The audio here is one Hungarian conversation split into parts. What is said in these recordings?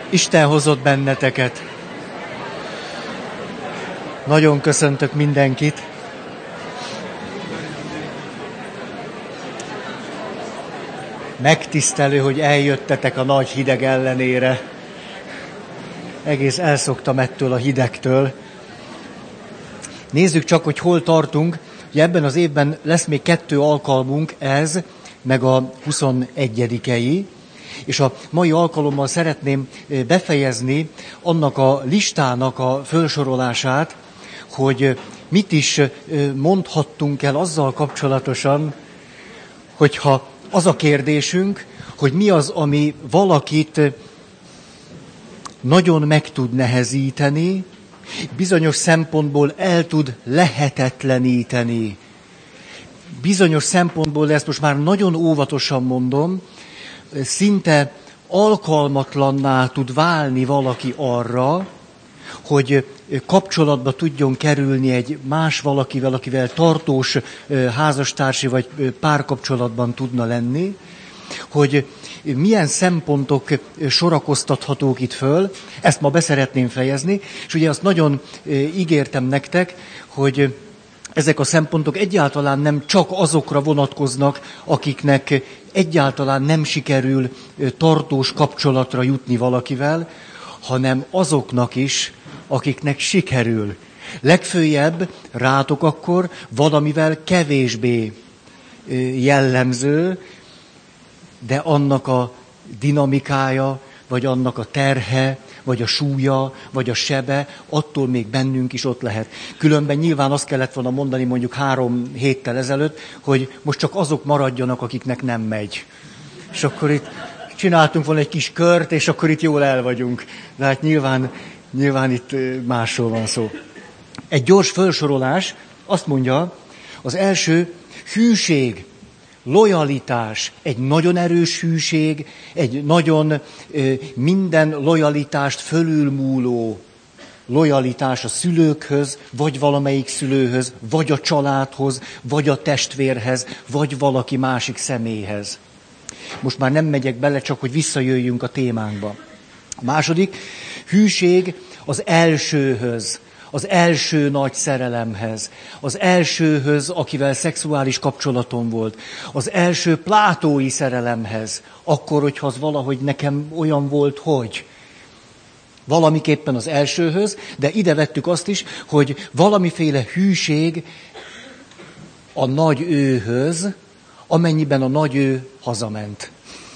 Isten hozott benneteket. Nagyon köszöntök mindenkit. Megtisztelő, hogy eljöttetek a nagy hideg ellenére. Egész elszoktam ettől a hidegtől. Nézzük csak, hogy hol tartunk. Ugye ebben az évben lesz még 2 alkalmunk, ez, meg a 21-ei. És a mai alkalommal szeretném befejezni annak a listának a felsorolását, hogy mit is mondhattunk el azzal kapcsolatosan, hogyha az a kérdésünk, hogy mi az, ami valakit nagyon meg tud nehezíteni, bizonyos szempontból el tud lehetetleníteni. Bizonyos szempontból, de ezt most már nagyon óvatosan mondom, szinte alkalmatlanná tud válni valaki arra, hogy kapcsolatba tudjon kerülni egy más valakivel, akivel tartós házastársi vagy párkapcsolatban tudna lenni, hogy milyen szempontok sorakoztathatók itt föl, ezt ma beszeretném fejezni, és ugye azt nagyon ígértem nektek, hogy ezek a szempontok egyáltalán nem csak azokra vonatkoznak, akiknek egyáltalán nem sikerül tartós kapcsolatra jutni valakivel, hanem azoknak is, akiknek sikerül. Legfőjebb rátok akkor valamivel kevésbé jellemző, de annak a dinamikája, vagy annak a terhe, vagy a súlya, vagy a sebe, attól még bennünk is ott lehet. Különben nyilván azt kellett volna mondani mondjuk 3 héttel ezelőtt, hogy most csak azok maradjanak, akiknek nem megy. És akkor itt csináltunk volna egy kis kört, és akkor itt jól el vagyunk. De hát nyilván itt másról van szó. Egy gyors felsorolás azt mondja, az első hűség, lojalitás, egy nagyon erős hűség, egy nagyon minden lojalitást fölülmúló lojalitás a szülőkhöz, vagy valamelyik szülőhöz, vagy a családhoz, vagy a testvérhez, vagy valaki másik személyhez. Most már nem megyek bele, csak hogy visszajöjjünk a témánkba. A második, hűség az elsőhöz, az első nagy szerelemhez, az elsőhöz, akivel szexuális kapcsolatom volt, az első plátói szerelemhez, akkor, hogyha az valahogy nekem olyan volt, hogy valamiképpen az elsőhöz, de ide vettük azt is, hogy valamiféle hűség a nagy őhöz, amennyiben a nagy ő hazament,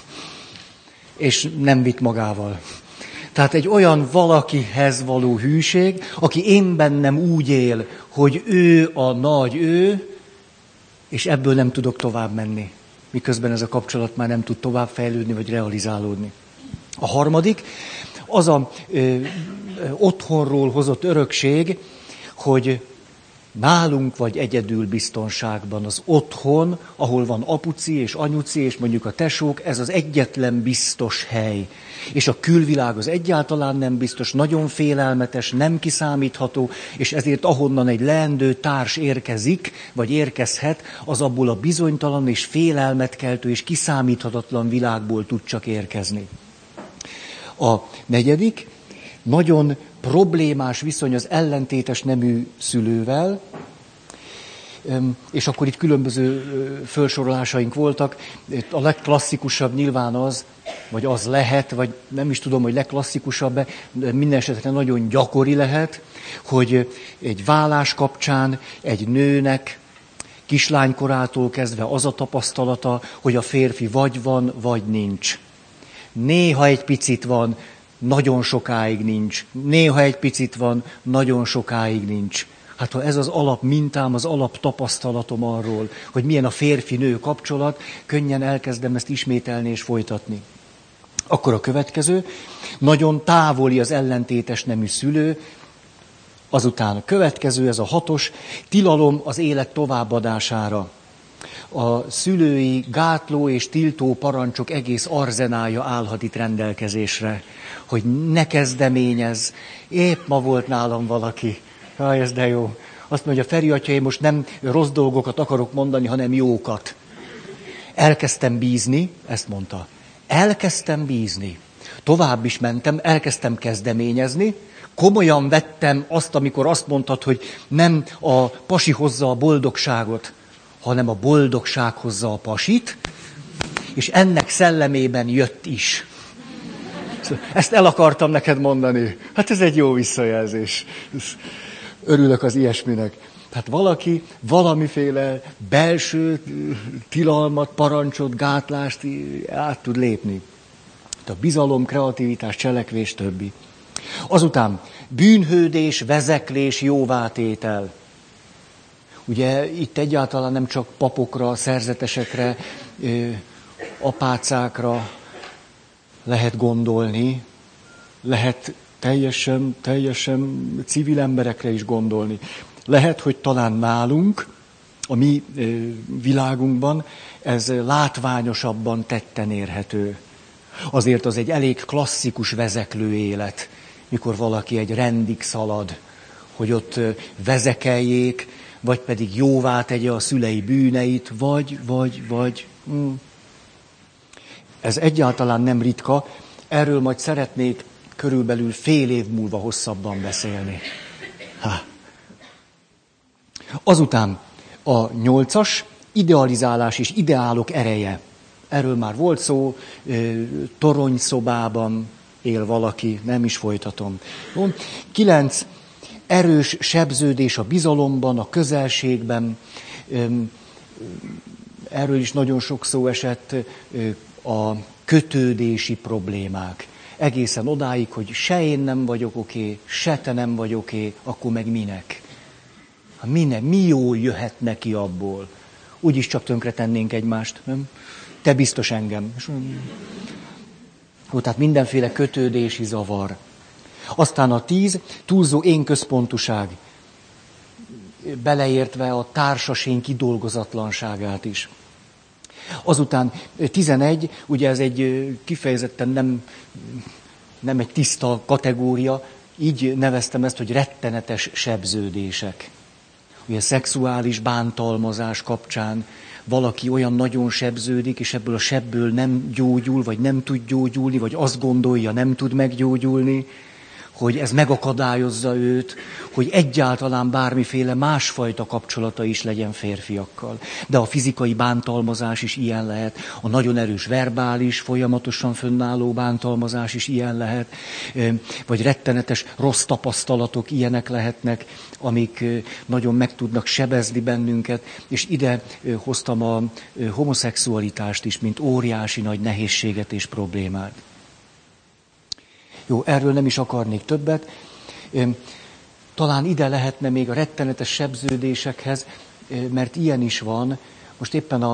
és nem vitt magával. Tehát egy olyan valakihez való hűség, aki én bennem úgy él, hogy ő a nagy ő, és ebből nem tudok tovább menni. Miközben ez a kapcsolat már nem tud tovább fejlődni, vagy realizálódni. A harmadik, az a otthonról hozott örökség, hogy nálunk vagy egyedül biztonságban az otthon, ahol van apuci és anyuci, és mondjuk a tesók, ez az egyetlen biztos hely. És a külvilág az egyáltalán nem biztos, nagyon félelmetes, nem kiszámítható, és ezért ahonnan egy leendő társ érkezik, vagy érkezhet, az abból a bizonytalan és félelmetkeltő és kiszámíthatatlan világból tud csak érkezni. A negyedik, nagyon problémás viszony az ellentétes nemű szülővel, és akkor itt különböző felsorolásaink voltak. A legklasszikusabb nyilván az, vagy az lehet, vagy nem is tudom, hogy legklasszikusabb, de minden esetre nagyon gyakori lehet, hogy egy vállás kapcsán egy nőnek kislánykorától kezdve az a tapasztalata, hogy a férfi vagy van, vagy nincs. Néha egy picit van, nagyon sokáig nincs. Néha egy picit van, nagyon sokáig nincs. Hát ha ez az alap mintám, az alap tapasztalatom arról, hogy milyen a férfi-nő kapcsolat, könnyen elkezdem ezt ismételni és folytatni. Akkor a következő, nagyon távoli az ellentétes nemű szülő, azután a következő, ez a 6-os, tilalom az élet továbbadására. A szülői gátló és tiltó parancsok egész arzenálja állhat itt rendelkezésre, hogy ne kezdeményezz. Épp ma volt nálam valaki. Jaj, ez de jó. Azt mondja, Feri atya, én most nem rossz dolgokat akarok mondani, hanem jókat. Elkezdtem bízni, ezt mondta. Elkezdtem bízni, Tovább is mentem, elkezdtem kezdeményezni, komolyan vettem azt, amikor azt mondtad, hogy nem a pasi hozza a boldogságot, hanem a boldogság hozza a pasit, és ennek szellemében jött is. Ezt el akartam neked mondani. Hát ez egy jó visszajelzés. Örülök az ilyesminek. Tehát valaki valamiféle belső tilalmat, parancsot, gátlást át tud lépni. A bizalom, kreativitás, cselekvés, többi. Azután bűnhődés, vezeklés, jóvátétel. Ugye itt egyáltalán nem csak papokra, szerzetesekre, apácákra lehet gondolni, lehet teljesen civil emberekre is gondolni. Lehet, hogy talán nálunk, a mi világunkban ez látványosabban tetten érhető. Azért az egy elég klasszikus vezeklő élet, mikor valaki egy rendig szalad, hogy ott vezekeljék, vagy pedig jóvá tegye a szülei bűneit, vagy. Ez egyáltalán nem ritka, erről majd szeretnék körülbelül fél év múlva hosszabban beszélni. Azután a 8-as, idealizálás és ideálok ereje. Erről már volt szó, toronyszobában él valaki, nem is folytatom. 9. Erős sebződés a bizalomban, a közelségben. Erről is nagyon sok szó esett, a kötődési problémák. Egészen odáig, hogy se én nem vagyok oké, se te nem vagy oké, akkor meg minek? Mi jó jöhet neki abból? Úgyis csak tönkretennénk egymást, nem? Te biztos engem. Tehát mindenféle kötődési zavar. Aztán a 10, túlzó énközpontúság. Beleértve a társasén kidolgozatlanságát is. Azután 11, ugye ez egy kifejezetten nem egy tiszta kategória, így neveztem ezt, hogy rettenetes sebződések. Ugye szexuális bántalmazás kapcsán valaki olyan nagyon sebződik, és ebből a sebből nem gyógyul, vagy nem tud gyógyulni, vagy azt gondolja, nem tud meggyógyulni, hogy ez megakadályozza őt, hogy egyáltalán bármiféle másfajta kapcsolata is legyen férfiakkal. De a fizikai bántalmazás is ilyen lehet, a nagyon erős verbális, folyamatosan fönnálló bántalmazás is ilyen lehet, vagy rettenetes rossz tapasztalatok ilyenek lehetnek, amik nagyon meg tudnak sebezni bennünket, és ide hoztam a homoszexualitást is, mint óriási nagy nehézséget és problémát. Jó, erről nem is akarnék többet. Talán ide lehetne még a rettenetes sebződésekhez, mert ilyen is van. Most éppen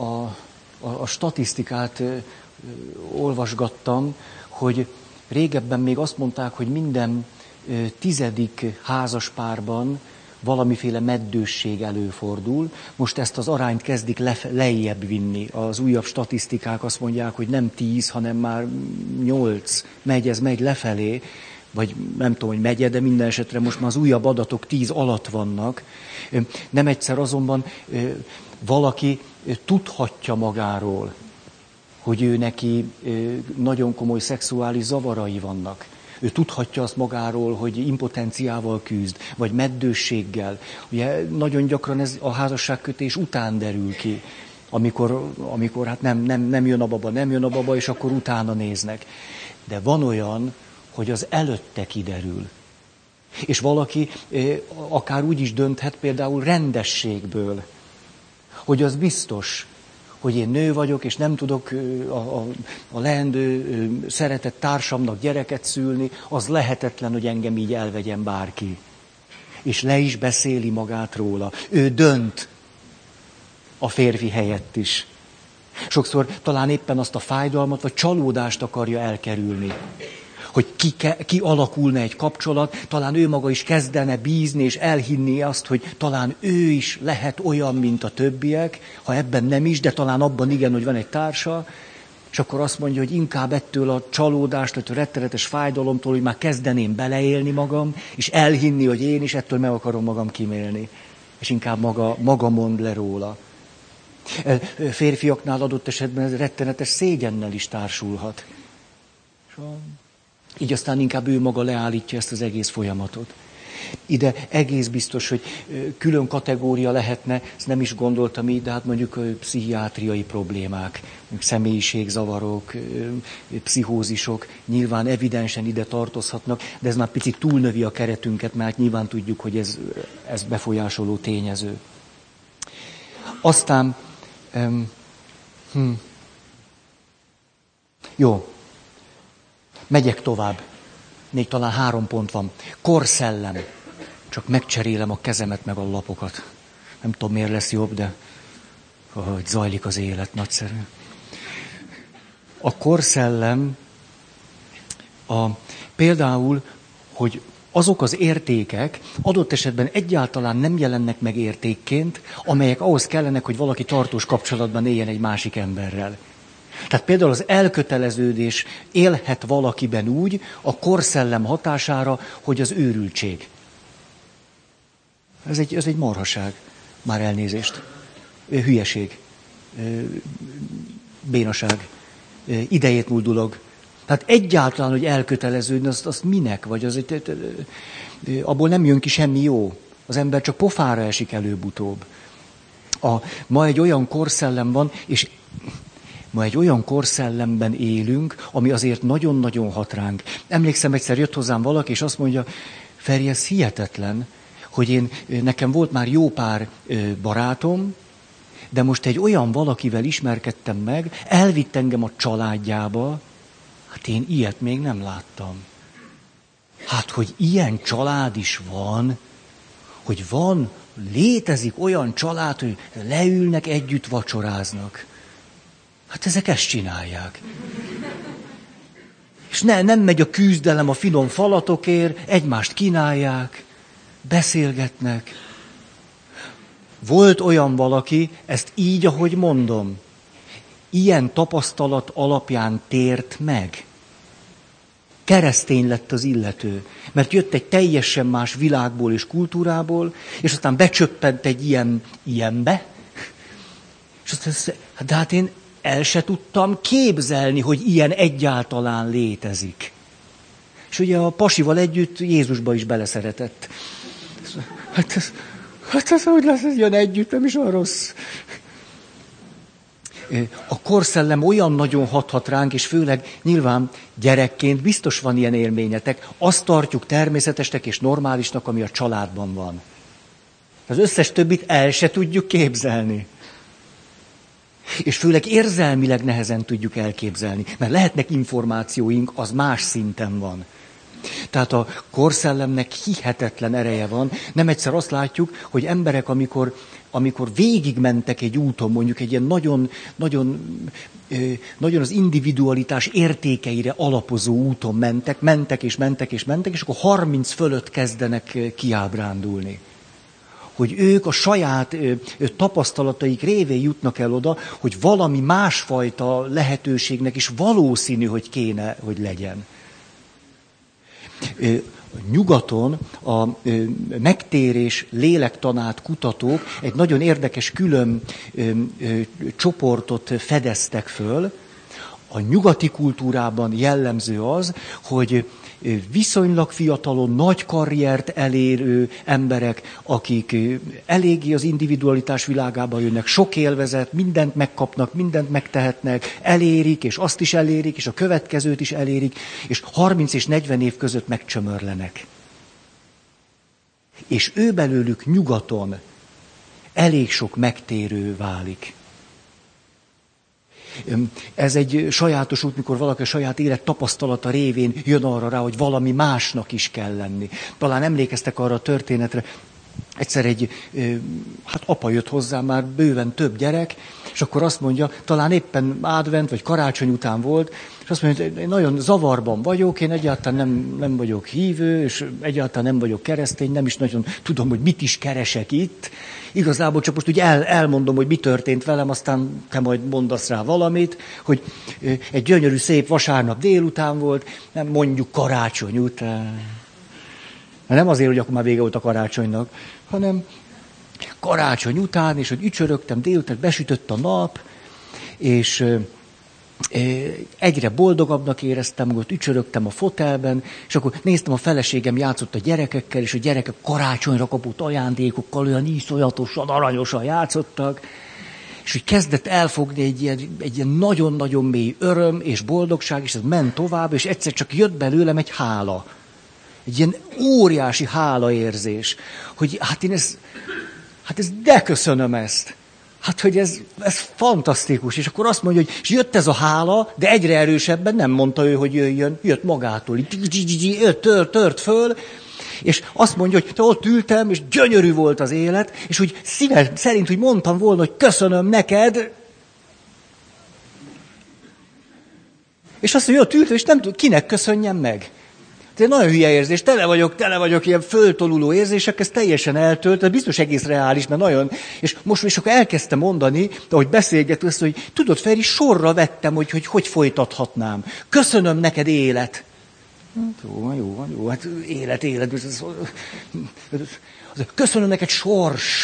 a statisztikát olvasgattam, hogy régebben még azt mondták, hogy minden 10. házaspárban valamiféle meddősség előfordul. Most ezt az arányt kezdik lejjebb vinni. Az újabb statisztikák azt mondják, hogy nem 10, hanem már 8. Ez megy lefelé, vagy nem tudom, hogy megye, de minden esetre most már az újabb adatok 10 alatt vannak. Nem egyszer azonban valaki tudhatja magáról, hogy ő neki nagyon komoly szexuális zavarai vannak. Ő tudhatja azt magáról, hogy impotenciával küzd, vagy meddősséggel. Ugye nagyon gyakran ez a házasságkötés után derül ki, amikor hát nem jön a baba, és akkor utána néznek. De van olyan, hogy az előtte kiderül. És valaki akár úgy is dönthet, például rendességből, hogy az biztos, hogy én nő vagyok, és nem tudok a leendő szeretett társamnak gyereket szülni, az lehetetlen, hogy engem így elvegyen bárki. És le is beszéli magát róla. Ő dönt a férfi helyett is. Sokszor talán éppen azt a fájdalmat, vagy csalódást akarja elkerülni. Hogy ki alakulna egy kapcsolat, talán ő maga is kezdene bízni, és elhinni azt, hogy talán ő is lehet olyan, mint a többiek, ha ebben nem is, de talán abban igen, hogy van egy társa, és akkor azt mondja, hogy inkább ettől a csalódást, a rettenetes fájdalomtól, hogy már kezdeném beleélni magam, és elhinni, hogy én is ettől meg akarom magam kimélni. És inkább maga mond le róla. Férfiaknál adott esetben ez rettenetes szégyennel is társulhat. Így aztán inkább ő maga leállítja ezt az egész folyamatot. Ide egész biztos, hogy külön kategória lehetne, ezt nem is gondoltam így, de hát mondjuk pszichiátriai problémák, személyiségzavarok, pszichózisok nyilván evidensen ide tartozhatnak, de ez már picit túlnövi a keretünket, mert nyilván tudjuk, hogy ez befolyásoló tényező. Aztán, jó, megyek tovább. Még talán 3 pont van. Korszellem. Csak megcserélem a kezemet meg a lapokat. Nem tudom, miért lesz jobb, de hogy zajlik az élet, nagyszerű. A korszellem például, hogy azok az értékek adott esetben egyáltalán nem jelennek meg értékként, amelyek ahhoz kellenek, hogy valaki tartós kapcsolatban éljen egy másik emberrel. Tehát például az elköteleződés élhet valakiben úgy, a korszellem hatására, hogy az őrültség. Ez egy marhaság. Már elnézést. Hülyeség. Bénaság. Idejét múlt dolog. Tehát egyáltalán, hogy elköteleződni, azt minek? Vagy abból nem jön ki semmi jó. Az ember csak pofára esik előbb-utóbb. Ma egy olyan korszellem van, és ma egy olyan korszellemben élünk, ami azért nagyon-nagyon hat ránk. Emlékszem, egyszer jött hozzám valaki, és azt mondja, Feri, ez hihetetlen, hogy nekem volt már jó pár barátom, de most egy olyan valakivel ismerkedtem meg, elvitt engem a családjába, hát én ilyet még nem láttam. Hát, hogy ilyen család is van, hogy létezik olyan család, hogy leülnek, együtt vacsoráznak. Hát ezek ezt csinálják. És nem megy a küzdelem a finom falatokért, egymást kínálják, beszélgetnek. Volt olyan valaki, ezt így, ahogy mondom, ilyen tapasztalat alapján tért meg. Keresztény lett az illető, mert jött egy teljesen más világból és kultúrából, és aztán becsöppent egy ilyenbe, és azt mondja, de hát én el se tudtam képzelni, hogy ilyen egyáltalán létezik. És ugye a pasival együtt Jézusba is beleszeretett. Hát ez hogy lesz, ez jön együtt, nem is olyan rossz. A korszellem olyan nagyon hathat ránk, és főleg nyilván gyerekként biztos van ilyen élményetek. Azt tartjuk természetesnek és normálisnak, ami a családban van. Az összes többit el se tudjuk képzelni. És főleg érzelmileg nehezen tudjuk elképzelni, mert lehetnek információink, az más szinten van. Tehát a korszellemnek hihetetlen ereje van. Nem egyszer azt látjuk, hogy emberek, amikor végigmentek egy úton, mondjuk egy ilyen nagyon az individualitás értékeire alapozó úton mentek, és akkor 30 fölött kezdenek kiábrándulni. Hogy ők a saját tapasztalataik révén jutnak el oda, hogy valami másfajta lehetőségnek is valószínű, hogy kéne, hogy legyen. Nyugaton a megtérés lélektanát kutatók egy nagyon érdekes külön csoportot fedeztek föl. A nyugati kultúrában jellemző az, hogy viszonylag fiatalon nagy karriert elérő emberek, akik eléggé az individualitás világába jönnek, sok élvezet, mindent megkapnak, mindent megtehetnek, elérik, és azt is elérik, és a következőt is elérik, és 30 és 40 év között megcsömörlenek. És ő belőlük nyugaton elég sok megtérő válik. Ez egy sajátos út, mikor valaki a saját élet tapasztalata révén jön arra rá, hogy valami másnak is kell lenni. Talán emlékeztek arra a történetre, egyszer apa jött hozzá, már bőven több gyerek, és akkor azt mondja, talán éppen advent vagy karácsony után volt, és azt mondja, hogy én nagyon zavarban vagyok, én egyáltalán nem vagyok hívő, és egyáltalán nem vagyok keresztény, nem is nagyon tudom, hogy mit is keresek itt. Igazából csak most úgy elmondom, hogy mi történt velem, aztán te majd mondasz rá valamit, hogy egy gyönyörű, szép vasárnap délután volt, nem mondjuk karácsony után. Nem azért, hogy akkor már vége volt a karácsonynak, hanem karácsony után, és hogy ücsörögtem délután, besütött a nap, és egyre boldogabbnak éreztem, ott ücsörögtem a fotelben, és akkor néztem, a feleségem játszott a gyerekekkel, és a gyerekek karácsonyra kapott ajándékokkal olyan iszonyatosan, aranyosan játszottak, és úgy kezdett elfogni egy ilyen nagyon-nagyon mély öröm és boldogság, és ez ment tovább, és egyszer csak jött belőlem egy hála. Egy ilyen óriási hálaérzés, hogy hát de köszönöm ezt. Hát, hogy ez fantasztikus. És akkor azt mondja, hogy és jött ez a hála, de egyre erősebben, nem mondta ő, hogy jöjjön, jött magától. Tört föl, és azt mondja, hogy te ott ültem, és gyönyörű volt az élet, és úgy szívem szerint úgy mondtam volna, hogy köszönöm neked. És azt mondja, hogy ott ültem, és nem tudom, kinek köszönjem meg. Ez egy nagyon hülye érzés, tele vagyok ilyen föltoluló érzések, ez teljesen eltölt, ez biztos egész reális, mert nagyon... És most is akkor elkezdtem mondani, ahogy beszélgetünk, hogy tudod, Feri, sorra vettem, hogy folytathatnám. Köszönöm neked, élet. Jó van, hát élet. Köszönöm neked, sors.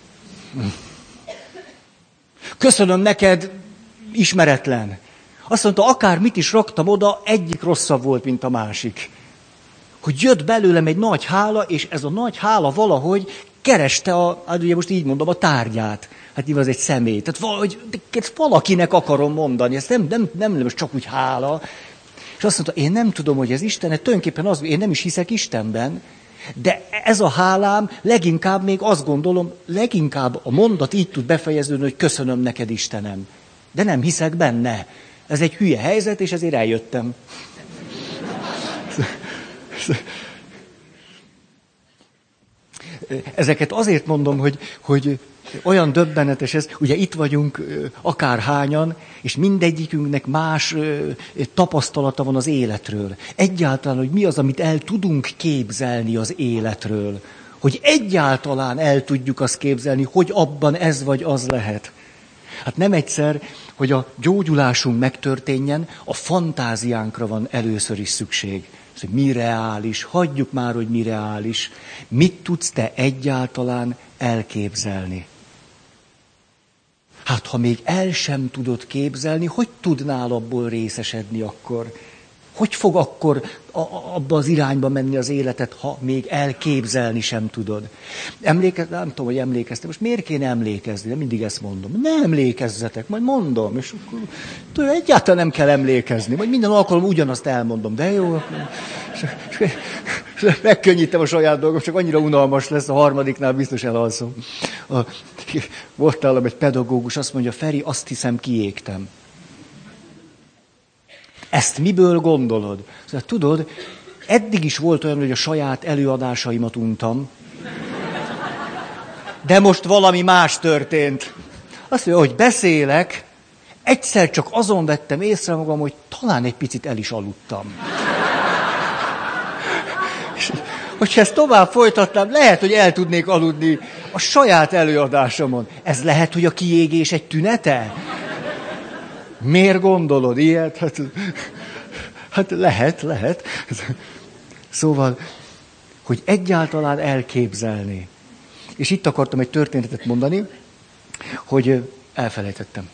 Köszönöm neked, ismeretlen. Azt mondta, akár mit is raktam oda, egyik rosszabb volt, mint a másik. Hogy jött belőlem egy nagy hála, és ez a nagy hála valahogy kereste hát ugye most így mondom, a tárgyát. Hát nyilván ez egy személy. Tehát valakinek akarom mondani, ez nem most csak úgy hála. És azt mondta, én nem tudom, hogy ez Isten, tulajdonképpen az, én nem is hiszek Istenben, de ez a hálám leginkább még azt gondolom, leginkább a mondat így tud befejeződni, hogy köszönöm neked, Istenem. De nem hiszek benne. Ez egy hülye helyzet, és ezért eljöttem. Ezeket azért mondom, hogy olyan döbbenetes ez, ugye itt vagyunk akárhányan, és mindegyikünknek más tapasztalata van az életről. Egyáltalán, hogy mi az, amit el tudunk képzelni az életről. Hogy egyáltalán el tudjuk azt képzelni, hogy abban ez vagy az lehet. Hát nem egyszer, hogy a gyógyulásunk megtörténjen, a fantáziánkra van először is szükség. Hogy mi reális, hagyjuk már, hogy mi reális. Mit tudsz te egyáltalán elképzelni? Hát, ha még el sem tudod képzelni, hogy tudnál abból részesedni akkor? Hogy fog akkor abba az irányba menni az életed, ha még elképzelni sem tudod? Nem tudom, hogy emlékeztem. Most miért kéne emlékezni? De mindig ezt mondom. Ne emlékezzetek, majd mondom. És akkor egyáltalán nem kell emlékezni. Majd minden alkalommal ugyanazt elmondom. De jó. Megkönnyítem a saját dolgom, csak annyira unalmas lesz, a harmadiknál biztos elalszom. Volt nálam egy pedagógus, azt mondja, Feri, azt hiszem, kiégtem. Ezt miből gondolod? Szóval, tudod, eddig is volt olyan, hogy a saját előadásaimat untam, de most valami más történt. Azt mondja, hogy beszélek, egyszer csak azon vettem észre magam, hogy talán egy picit el is aludtam. És, hogyha ezt tovább folytatnám, lehet, hogy el tudnék aludni a saját előadásomon. Ez lehet, hogy a kiégés egy tünete? Miért gondolod ilyet? Hát lehet. Szóval, hogy egyáltalán elképzelni. És itt akartam egy történetet mondani, hogy elfelejtettem.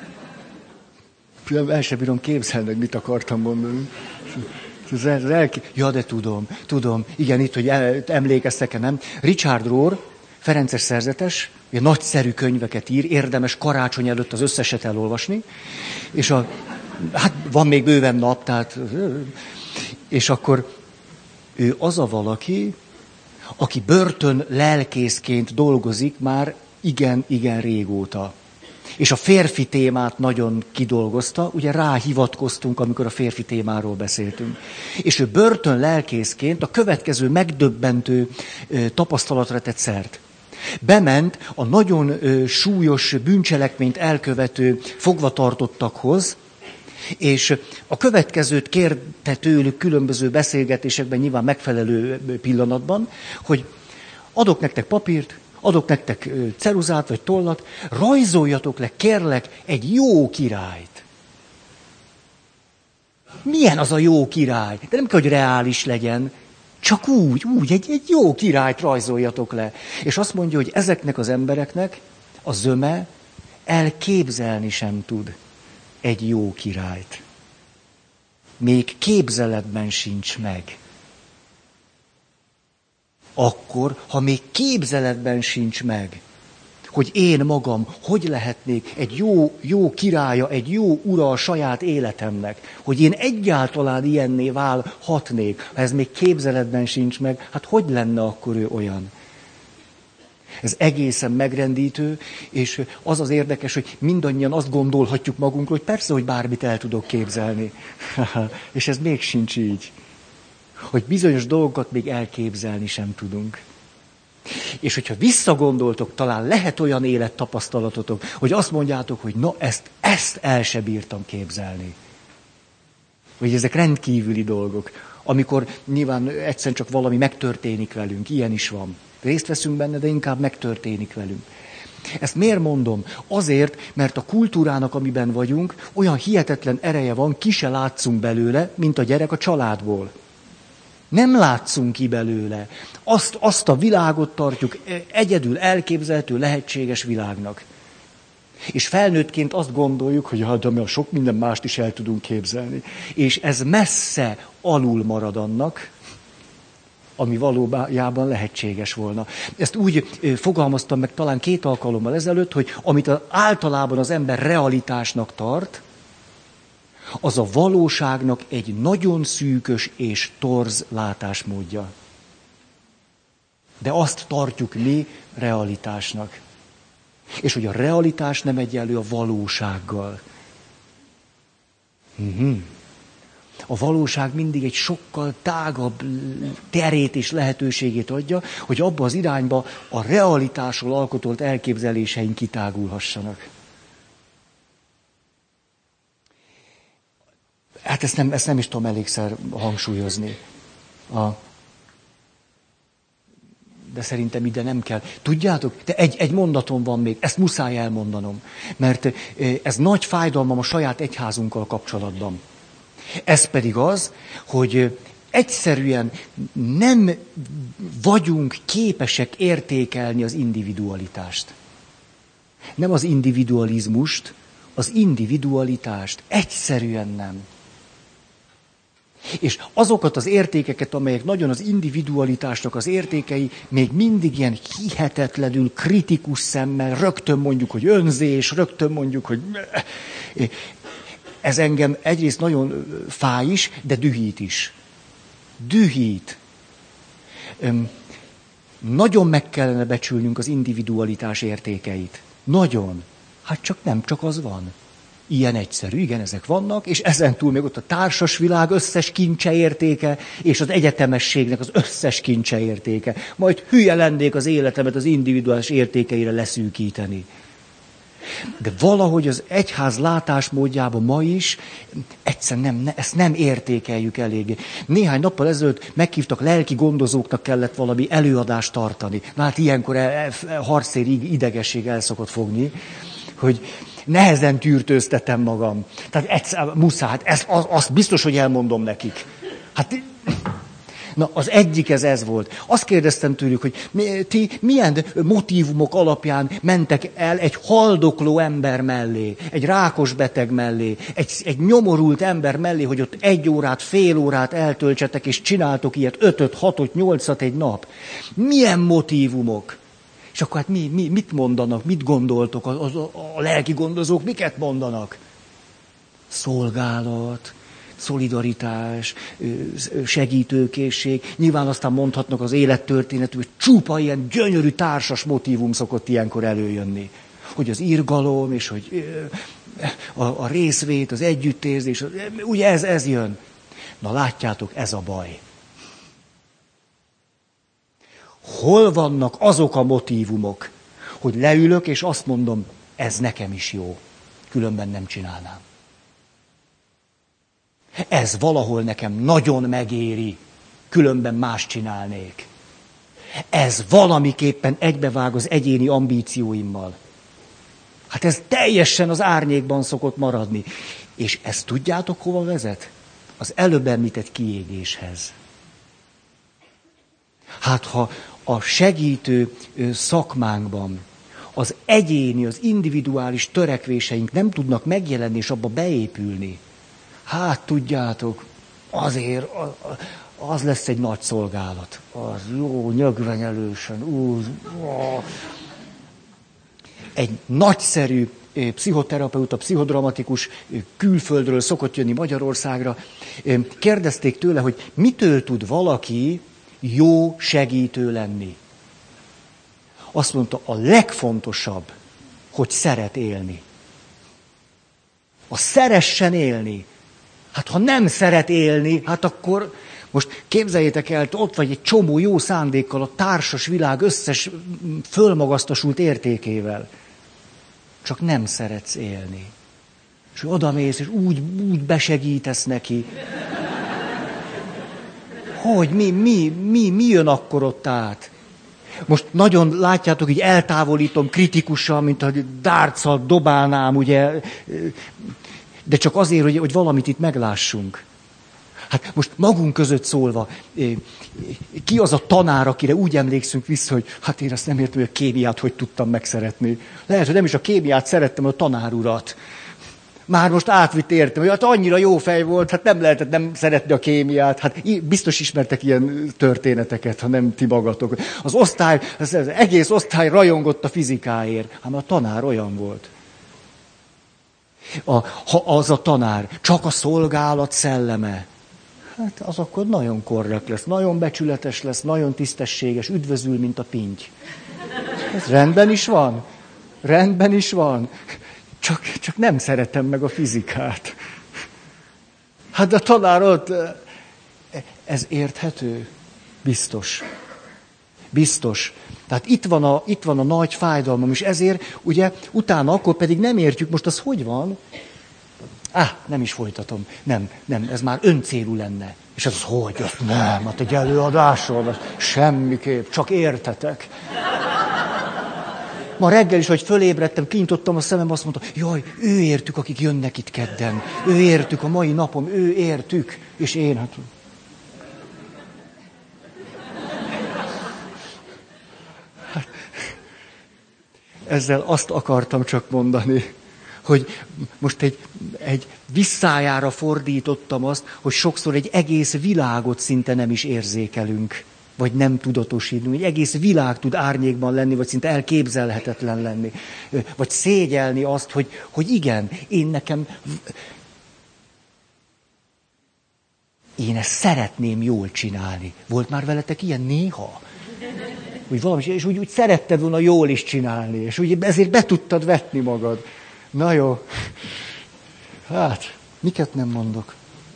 El sem bírom képzelni, hogy mit akartam mondani. Ja, de tudom. Igen, itt, hogy emlékeztek-e, nem? Richard Rohr, ferences szerzetes, nagyszerű könyveket ír, érdemes karácsony előtt az összeset elolvasni, és hát van még bőven nap, tehát, és akkor ő az a valaki, aki börtön lelkészként dolgozik már igen régóta. És a férfi témát nagyon kidolgozta, ugye rá hivatkoztunk, amikor a férfi témáról beszéltünk. És ő börtön lelkészként a következő megdöbbentő tapasztalatra tett szert. Bement a nagyon súlyos bűncselekményt elkövető fogvatartottakhoz, és a következőt kérte tőlük különböző beszélgetésekben, nyilván megfelelő pillanatban, hogy adok nektek papírt, adok nektek ceruzát vagy tollat, rajzoljatok le, kérlek, egy jó királyt. Milyen az a jó király? De nem kell, hogy reális legyen, csak úgy, egy jó királyt rajzoljatok le. És azt mondja, hogy ezeknek az embereknek a zöme elképzelni sem tud, egy jó királyt. Még képzeletben sincs meg. Akkor, ha még képzeletben sincs meg, hogy én magam hogy lehetnék egy jó királya, egy jó ura a saját életemnek, hogy én egyáltalán ilyenné válhatnék, ha ez még képzeletben sincs meg, hát hogy lenne akkor ő olyan? Ez egészen megrendítő, és az az érdekes, hogy mindannyian azt gondolhatjuk magunkról, hogy persze, hogy bármit el tudok képzelni. És ez még sincs így. Hogy bizonyos dolgokat még elképzelni sem tudunk. És hogyha visszagondoltok, talán lehet olyan élettapasztalatotok, hogy azt mondjátok, hogy na, ezt el se bírtam képzelni. Hogy ezek rendkívüli dolgok, amikor nyilván egyszerűen csak valami megtörténik velünk, ilyen is van. Részt veszünk benne, de inkább megtörténik velünk. Ezt miért mondom? Azért, mert a kultúrának, amiben vagyunk, olyan hihetetlen ereje van, ki se látszunk belőle, mint a gyerek a családból. Nem látszunk ki belőle. Azt a világot tartjuk egyedül elképzelhető, lehetséges világnak. És felnőttként azt gondoljuk, hogy hát, de mi a sok minden mást is el tudunk képzelni. És ez messze alul marad annak, ami valójában lehetséges volna. Ezt úgy fogalmaztam meg talán 2 alkalommal ezelőtt, hogy amit általában az ember realitásnak tart, az a valóságnak egy nagyon szűkös és torz látásmódja. De azt tartjuk mi realitásnak. És hogy a realitás nem egyenlő a valósággal. A valóság mindig egy sokkal tágabb terét és lehetőségét adja, hogy abba az irányba a realitásról alkotott elképzeléseink kitágulhassanak. Hát ezt nem is tudom elégszer hangsúlyozni. De szerintem ide nem kell. Tudjátok, de egy mondatom van még, ezt muszáj elmondanom, mert ez nagy fájdalmam a saját egyházunkkal kapcsolatban. Ez pedig az, hogy egyszerűen nem vagyunk képesek értékelni az individualitást. Nem az individualizmust, az individualitást. Egyszerűen nem. És azokat az értékeket, amelyek nagyon az individualitásnak az értékei, még mindig ilyen hihetetlenül kritikus szemmel, rögtön mondjuk, hogy önzés, rögtön mondjuk, hogy... Ez engem egyrészt nagyon fáj is, de dühít is. Dühít. Nagyon meg kellene becsülnünk az individualitás értékeit. Nagyon. Hát csak az van. Ilyen egyszerű, igen, ezek vannak, és ezentúl még ott a társas világ összes kincse értéke, és az egyetemességnek az összes kincse értéke. Majd hülye lennék az életemet az individuális értékeire leszűkíteni. De valahogy az egyház látásmódjában ma is egyszerűen ezt nem értékeljük eléggé. Néhány nappal ezelőtt meghívtak, lelki gondozóknak kellett valami előadást tartani. Na hát ilyenkor harcéri idegesség el szokott fogni, hogy nehezen tűrtőztetem magam. Tehát muszáj, azt biztos, hogy elmondom nekik. Hát... Na, az egyik ez volt. Azt kérdeztem tőlük, hogy ti milyen motívumok alapján mentek el egy haldokló ember mellé, egy rákos beteg mellé, egy nyomorult ember mellé, hogy ott 1 órát, fél órát eltöltsetek, és csináltok ilyet 5-öt, 6-ot, 8-at egy nap. Milyen motívumok? És akkor hát mit mondanak, mit gondoltok, a lelki gondozók miket mondanak? Szolgálat, szolidaritás, segítőkészség. Nyilván aztán mondhatnak az élettörténetű, hogy csupa ilyen gyönyörű társas motívum szokott ilyenkor előjönni. Hogy az irgalom, és hogy a részvét, az együttérzés, ugye ez jön. Na látjátok, ez a baj. Hol vannak azok a motívumok, hogy leülök, és azt mondom, ez nekem is jó, különben nem csinálnám. Ez valahol nekem nagyon megéri, különben más csinálnék. Ez valamiképpen egybevág az egyéni ambícióimmal. Hát ez teljesen az árnyékban szokott maradni. És ezt tudjátok, hova vezet? Az előbb említett kiégéshez. Hát ha a segítő szakmánkban az egyéni, az individuális törekvéseink nem tudnak megjelenni és abba beépülni, hát tudjátok, azért az lesz egy nagy szolgálat. Az jó, nyögvenyelősen, egy nagyszerű pszichoterapeuta, pszichodramatikus külföldről szokott jönni Magyarországra. Kérdezték tőle, hogy mitől tud valaki jó segítő lenni. Azt mondta, a legfontosabb, hogy szeret élni. A szeressen élni. Hát ha nem szeret élni, hát akkor most képzeljétek el, ott vagy egy csomó jó szándékkal, a társas világ összes fölmagasztosult értékével. Csak nem szeretsz élni. És odamész, és úgy besegítesz neki. Hogy mi jön akkor ott át? Most nagyon látjátok, így eltávolítom kritikusan, mint a dárccal dobálnám, ugye, de csak azért, hogy valamit itt meglássunk. Hát most magunk között szólva, ki az a tanár, akire úgy emlékszünk vissza, hogy hát én azt nem értem, hogy a kémiát hogy tudtam megszeretni. Lehet, hogy nem is a kémiát szerettem, a tanár urat. Már most átvitt értem, hogy hát annyira jó fej volt, hát nem lehetett nem szeretni a kémiát. Hát biztos ismertek ilyen történeteket, ha nem ti magatok. Az egész osztály rajongott a fizikáért. Hát a tanár olyan volt. Ha az a tanár csak a szolgálat szelleme, hát az akkor nagyon korrekt lesz, nagyon becsületes lesz, nagyon tisztességes, üdvözül, mint a pinty. Ez rendben is van. Rendben is van. Csak nem szeretem meg a fizikát. Hát a tanár ott, ez érthető? Biztos. Biztos. Tehát itt van a nagy fájdalmam, és ezért ugye utána akkor pedig nem értjük, most az hogy van? Nem is folytatom. Nem, ez már öncélú lenne. És az hogy? Azt nem, hát egy előadáson, semmiképp, csak értetek. Ma reggel is, hogy fölébredtem, kinyitottam a szemem, azt mondta, jaj, ő értük, akik jönnek itt kedden. Ő értük a mai napom, ő értük. És én, hát... Ezzel azt akartam csak mondani, hogy most egy visszájára fordítottam azt, hogy sokszor egy egész világot szinte nem is érzékelünk, vagy nem tudatosítunk. Egy egész világ tud árnyékban lenni, vagy szinte elképzelhetetlen lenni. Vagy szégyelni azt, hogy igen, én ezt szeretném jól csinálni. Volt már veletek ilyen néha? Úgy valami, és úgy szeretted volna jól is csinálni, és úgy ezért be tudtad vetni magad. Na jó. Hát, miket nem mondok?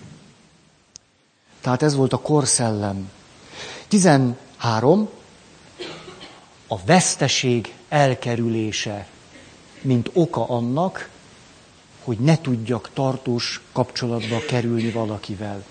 Tehát ez volt a korszellem. 13. A veszteség elkerülése, mint oka annak, hogy ne tudjak tartós kapcsolatba kerülni valakivel.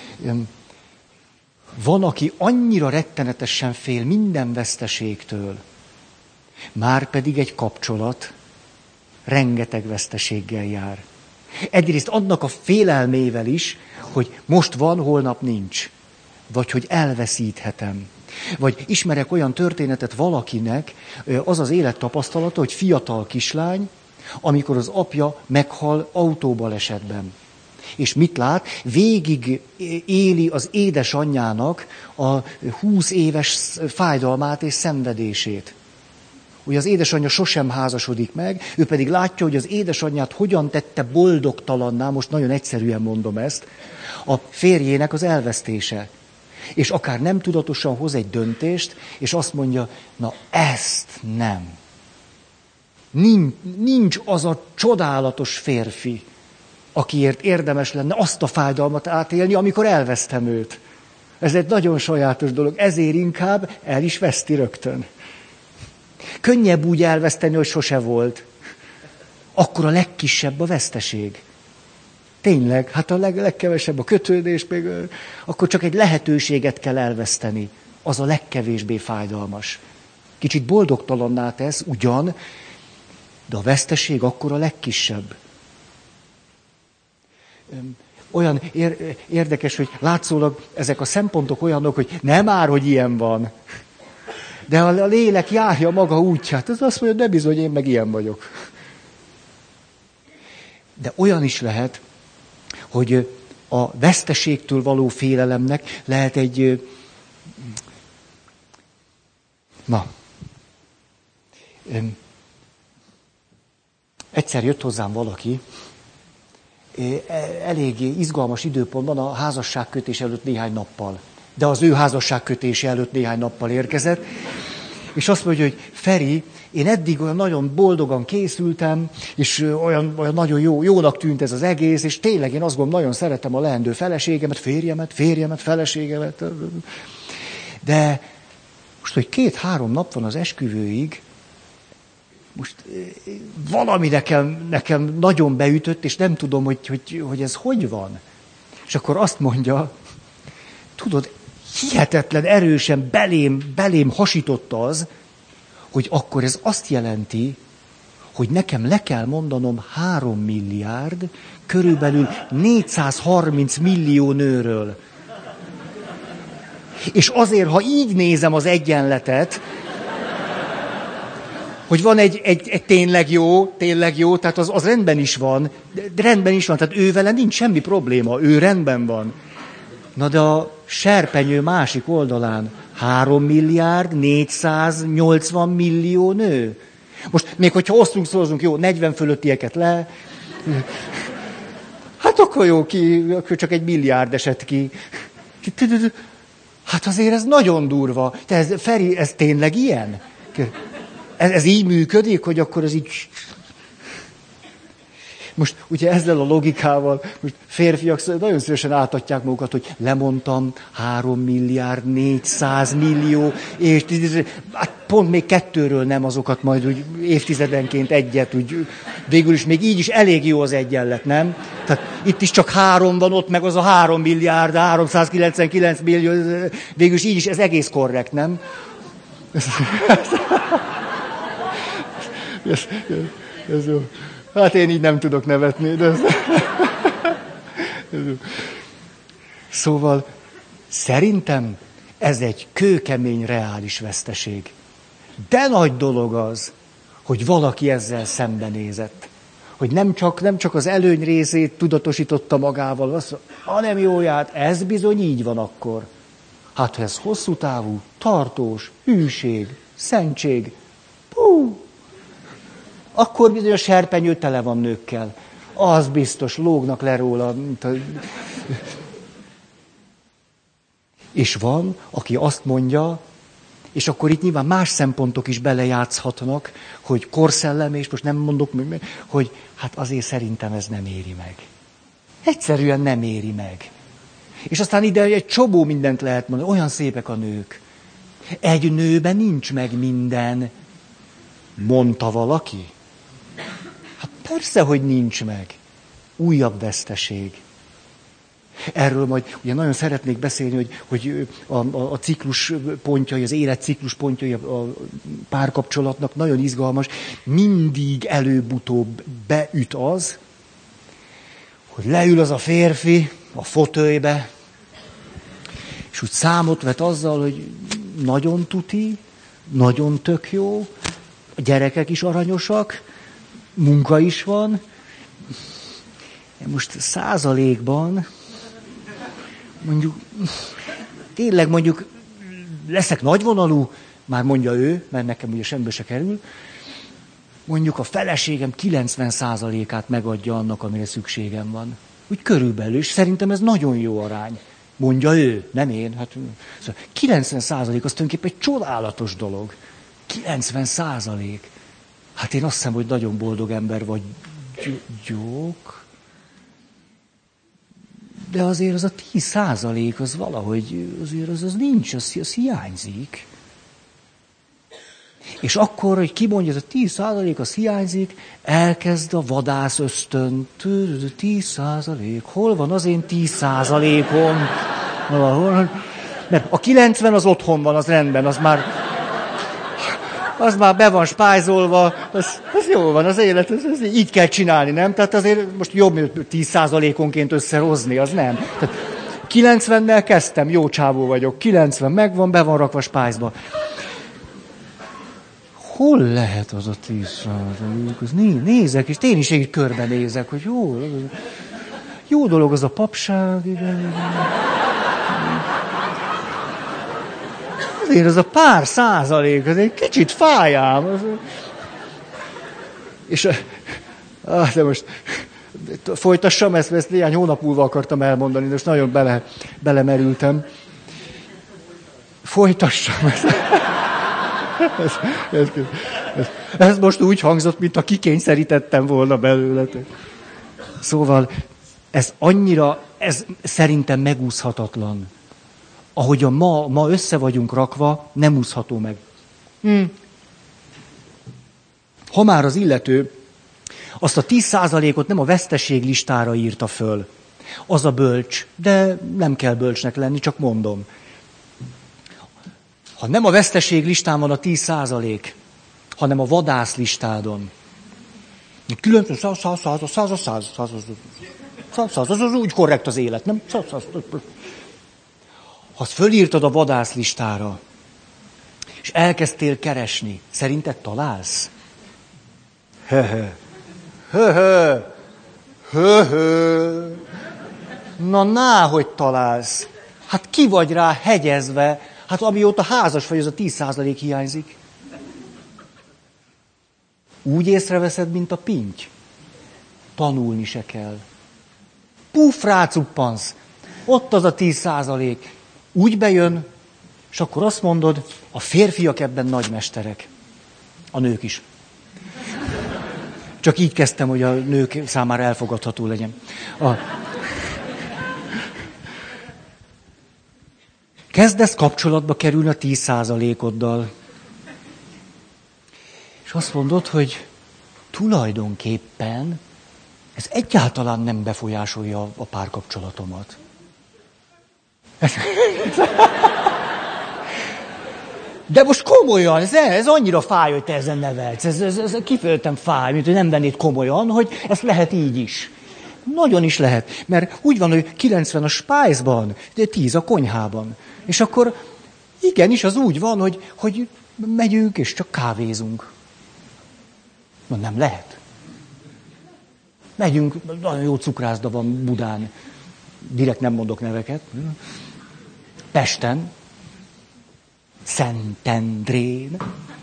Van, aki annyira rettenetesen fél minden veszteségtől, márpedig egy kapcsolat rengeteg veszteséggel jár. Egyrészt annak a félelmével is, hogy most van, holnap nincs. Vagy hogy elveszíthetem. Vagy ismerek olyan történetet valakinek, az az élettapasztalata, hogy fiatal kislány, amikor az apja meghal autóbalesetben. És mit lát? Végig éli az édesanyjának a 20 éves fájdalmát és szenvedését. Ugye az édesanyja sosem házasodik meg, ő pedig látja, hogy az édesanyját hogyan tette boldogtalanná, most nagyon egyszerűen mondom ezt, a férjének az elvesztése. És akár nem tudatosan hoz egy döntést, és azt mondja, na ezt nem. Nincs az a csodálatos férfi, akiért érdemes lenne azt a fájdalmat átélni, amikor elvesztem őt. Ez egy nagyon sajátos dolog, ezért inkább el is veszti rögtön. Könnyebb úgy elveszteni, hogy sose volt. Akkor a legkisebb a veszteség. Tényleg, hát a legkevesebb a kötődés, még, akkor csak egy lehetőséget kell elveszteni. Az a legkevésbé fájdalmas. Kicsit boldogtalanná tesz, ugyan, de a veszteség akkor a legkisebb. Olyan érdekes, hogy látszólag ezek a szempontok olyanok, hogy nem már, hogy ilyen van. De a lélek járja maga útját. Ez azt mondja, de bizony, én meg ilyen vagyok. De olyan is lehet, hogy a veszteségtől való félelemnek lehet egy... Egyszer jött hozzám valaki, eléggé izgalmas időpontban, a házasságkötés előtt néhány nappal. De az ő házasságkötése előtt néhány nappal érkezett. És azt mondja, hogy Feri, én eddig olyan nagyon boldogan készültem, és olyan nagyon jónak tűnt ez az egész, és tényleg én azt gondolom, nagyon szeretem a leendő feleségemet, férjemet, feleségemet. De most, hogy 2-3 nap van az esküvőig, most valami nekem nagyon beütött, és nem tudom, hogy ez hogy van. És akkor azt mondja, tudod, hihetetlen erősen belém hasított az, hogy akkor ez azt jelenti, hogy nekem le kell mondanom 3 milliárd, körülbelül 430 millió nőről. És azért, ha így nézem az egyenletet, hogy van egy tényleg jó, tehát az rendben is van, de rendben is van, tehát ővele nincs semmi probléma, ő rendben van. Na de a serpenyő másik oldalán 3 milliárd 480 millió nő. Most még hogyha osztunk, jó, 40 fölöttieket le, hát akkor jó, akkor csak 1 milliárd esett ki. Hát azért ez nagyon durva. Feri, ez tényleg ilyen? Ez így működik, hogy akkor ez így... Most ugye ezzel a logikával, most férfiak nagyon szívesen átadják magukat, hogy lemondtam 3 milliárd 400 millió, és hát pont még 2-ről nem, azokat majd úgy évtizedenként egyet, úgy végül is még így is elég jó az egyenlet, nem? Tehát itt is csak 3 van, ott meg az a 3 milliárd, 399 millió, végül is így is ez egész korrekt, nem? Ez jó. Hát én így nem tudok nevetni, de ez... Szóval szerintem ez egy kőkemény reális veszteség. De nagy dolog az, hogy valaki ezzel szembenézett. Hogy nem csak az előny részét tudatosította magával, hanem jóját, ez bizony így van akkor. Hát ha ez hosszú távú, tartós, hűség, szentség, akkor bizony a serpenyő tele van nőkkel. Az biztos, lógnak le róla. És van, aki azt mondja, és akkor itt nyilván más szempontok is belejátszhatnak, hogy korszellem, és most nem mondok meg, hogy hát azért szerintem ez nem éri meg. Egyszerűen nem éri meg. És aztán ide egy csomó mindent lehet mondani, olyan szépek a nők. Egy nőben nincs meg minden, mondta valaki. Hát persze, hogy nincs meg. Újabb veszteség. Erről majd ugye nagyon szeretnék beszélni, hogy a ciklus pontjai, az élet ciklus pontjai a párkapcsolatnak nagyon izgalmas. Mindig előbb-utóbb beüt az, hogy leül az a férfi a fotölybe, és úgy számot vet azzal, hogy nagyon tuti, nagyon tök jó, a gyerekek is aranyosak, munka is van. Most százalékban mondjuk leszek nagyvonalú, már mondja ő, mert nekem ugye semmibe se kerül, mondjuk a feleségem 90%-át megadja annak, amire szükségem van. Úgy körülbelül, és szerintem ez nagyon jó arány. Mondja ő, nem én. Hát, 90% az tulajdonképpen egy csodálatos dolog. 90%. Hát én azt hiszem, hogy nagyon boldog ember vagyok. De azért az a 10% az valahogy, azért az nincs, az hiányzik. És akkor, hogy kimondja, ez a 10% az hiányzik, elkezd a vadász ösztön. 10%, hol van az én 10%-om? Nem, a 90 az otthon van, az rendben, az már be van spájzolva, az jó van, az élet, az így kell csinálni, nem? Tehát azért most jobb, mint 10%-onként összehozni, az nem. Tehát 90-nel kezdtem, jó csávó vagyok, 90 megvan, be van rakva spájzba. hol lehet az a 10%? Nézek, és én is így körbenézek, hogy jó dolog az a papság, igen. Azért az a pár százalék, az egy kicsit fájám. És de most folytassam ezt néhány hónap múlva akartam elmondani, de most nagyon belemerültem. Folytassam ezt. Ez most úgy hangzott, mintha kikényszerítettem volna belőletek. Szóval ez szerintem megúszhatatlan. Ahogyan ma össze vagyunk rakva, nem úszható meg. Ha már az illető azt a 10%-ot nem a veszteség listára írta föl, az a bölcs, de nem kell bölcsnek lenni, csak mondom. Ha nem a veszteség listán van a 10%, hanem a vadász listádon. Különböző 100, az úgy korrekt az élet, nem? Ha fölírtad a vadász listára, és elkezdtél keresni, szerinted találsz? Na, hogy találsz. Hát ki vagy rá hegyezve, hát amióta házas vagy, az a 10% hiányzik. Úgy észreveszed, mint a pinty. Tanulni se kell. Puff, rácuppansz. Ott az a 10%. Úgy bejön, és akkor azt mondod, a férfiak ebben nagymesterek. A nők is. Csak így kezdtem, hogy a nők számára elfogadható legyen. Kezdesz kapcsolatba kerülni a 10%-oddal. És azt mondod, hogy tulajdonképpen ez egyáltalán nem befolyásolja a párkapcsolatomat. De most komolyan, ez annyira fáj, hogy te ezen nevelsz. Ez kifejezetten fáj, mint hogy nem vennéd komolyan, hogy ezt lehet így is. Nagyon is lehet, mert úgy van, hogy 90 a spájzban, de 10 a konyhában. És akkor igenis az úgy van, hogy megyünk és csak kávézunk. Na nem lehet. Megyünk, nagyon jó cukrászda van Budán. Direkt nem mondok neveket. Pesten. Szentendrén.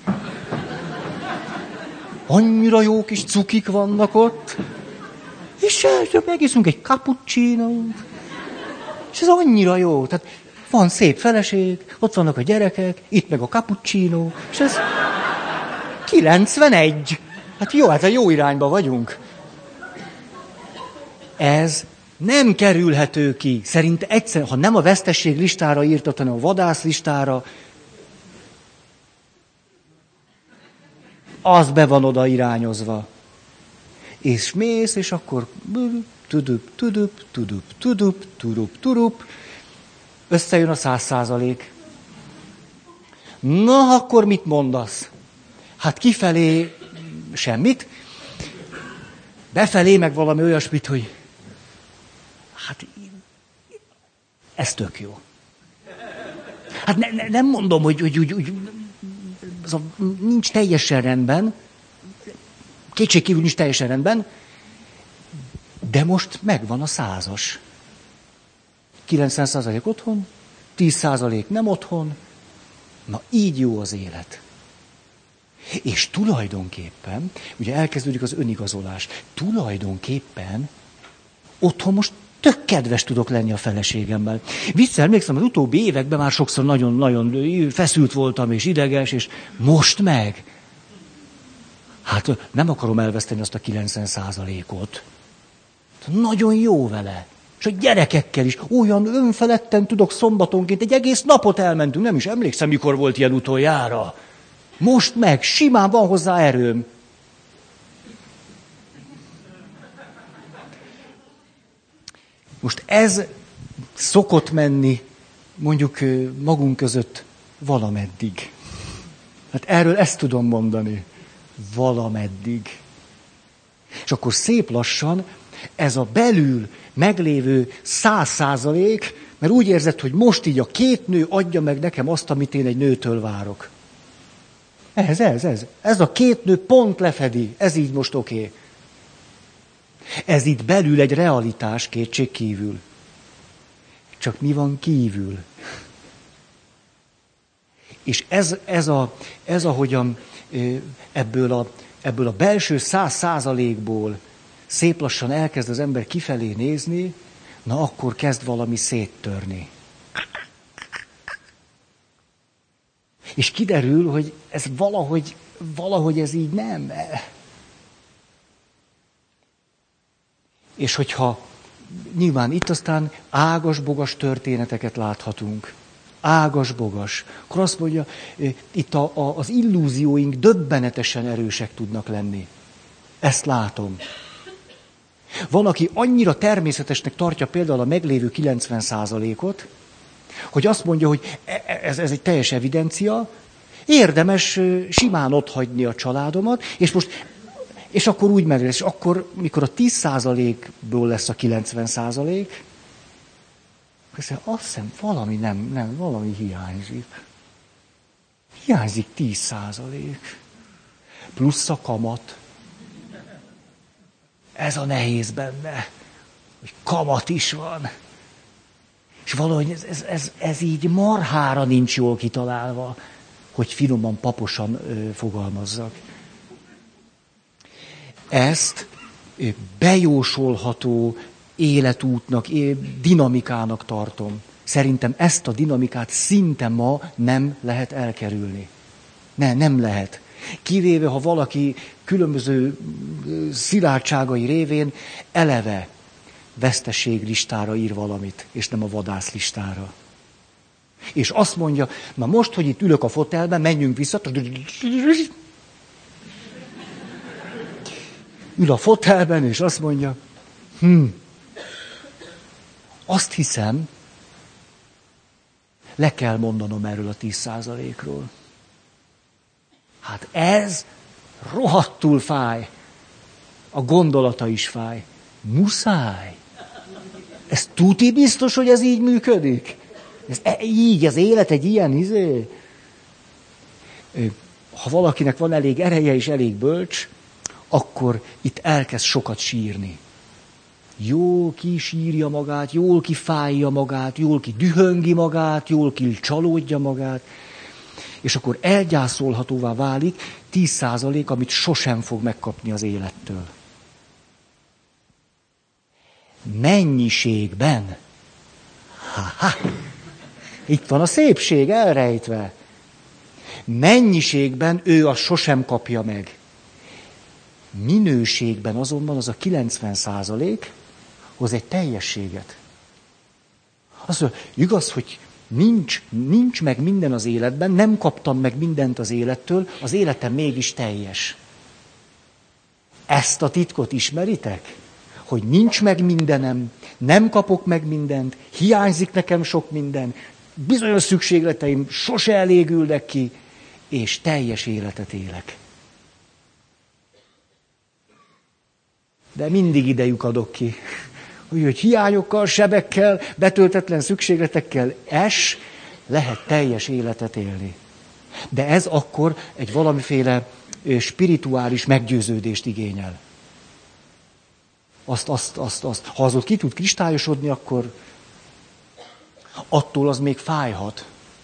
Annyira jó kis cukik vannak ott. És megiszunk egy cappuccinót. És ez annyira jó. Tehát van szép feleség, ott vannak a gyerekek, itt meg a cappuccino, és ez 91. Hát jó, hát a jó irányba vagyunk. Ez nem kerülhető ki. Szerint egyszer, ha nem a vesztesség listára írtad, hanem a vadász listára, az be van oda irányozva. És mész, és akkor tudup, összejön a 100%. Na, akkor mit mondasz? Hát kifelé semmit, befelé meg valami olyasmit, hogy hát ez tök jó. Hát nem mondom, hogy nincs teljesen rendben, kétségkívül nincs teljesen rendben, de most megvan a 100-as. 90% otthon, 10% nem otthon, na így jó az élet. És tulajdonképpen, ugye elkezdődik az önigazolás, tulajdonképpen otthon most tök kedves tudok lenni a feleségemmel. Visszaemlékszem, az utóbbi években már sokszor nagyon-nagyon feszült voltam és ideges, és most meg. Hát nem akarom elveszteni azt a 90%-ot. Nagyon jó vele. És a gyerekekkel is olyan önfeledten tudok szombatonként, egy egész napot elmentünk, nem is emlékszem, mikor volt ilyen utoljára. Most meg, simán van hozzá erőm. Most ez szokott menni, mondjuk magunk között valameddig. Hát erről ezt tudom mondani. Valameddig. És akkor szép lassan ez a belül meglévő 100%, mert úgy érzed, hogy most így a két nő adja meg nekem azt, amit én egy nőtől várok. Ez. Ez a két nő pont lefedi. Ez így most oké. Ez itt belül egy realitás, kétség kívül. Csak mi van kívül? És ez ahogyan ebből a belső 100%-ból szép lassan elkezd az ember kifelé nézni, na akkor kezd valami széttörni. És kiderül, hogy ez valahogy ez így nem. És hogyha nyilván itt aztán ágas-bogas történeteket láthatunk. Ágas-bogas. Akkor azt mondja, itt az illúzióink döbbenetesen erősek tudnak lenni. Ezt látom. Van, aki annyira természetesnek tartja például a meglévő 90%-ot, hogy azt mondja, hogy ez egy teljes evidencia, érdemes simán otthagyni a családomat, és akkor úgy meg lesz. És akkor, mikor a 10%-ból lesz a 90%, azt hiszem, valami hiányzik. Hiányzik 10%. Plusz a kamat. Ez a nehéz benne, hogy kamat is van. És valahogy ez így marhára nincs jól kitalálva, hogy finoman, paposan fogalmazzak. Ezt bejósolható életútnak, dinamikának tartom. Szerintem ezt a dinamikát szinte ma nem lehet elkerülni. Nem lehet. Kivéve, ha valaki különböző szilárdságai révén eleve veszteséglistára ír valamit, és nem a vadászlistára. És azt mondja, na most, hogy itt ülök a fotelben, menjünk vissza. Ül a fotelben, és azt mondja, azt hiszem, le kell mondanom erről a 10%-ról. Hát ez rohadtul fáj. A gondolata is fáj. Muszáj. Ez tuti biztos, hogy ez így működik? Így, az élet egy ilyen Ha valakinek van elég ereje és elég bölcs, akkor itt elkezd sokat sírni. Jól kisírja magát, jól kifájja magát, jól kidühöngi magát, jól csalódja magát, és akkor elgyászolhatóvá válik 10%, amit sosem fog megkapni az élettől. Mennyiségben. Itt van a szépség elrejtve. Mennyiségben ő azt sosem kapja meg. Minőségben azonban az a 90% hoz egy teljességet. Azt mondja, igaz, hogy nincs meg minden az életben, nem kaptam meg mindent az élettől, az életem mégis teljes. Ezt a titkot ismeritek? Hogy nincs meg mindenem, nem kapok meg mindent, hiányzik nekem sok minden, bizonyos szükségleteim sose elégülnek ki, és teljes életet élek. De mindig idejük adok ki. Hogy hiányokkal, sebekkel, betöltetlen szükségletekkel lehet teljes életet élni. De ez akkor egy valamiféle spirituális meggyőződést igényel. Azt. Ha az ott ki tud kristályosodni, akkor attól az még fájhat.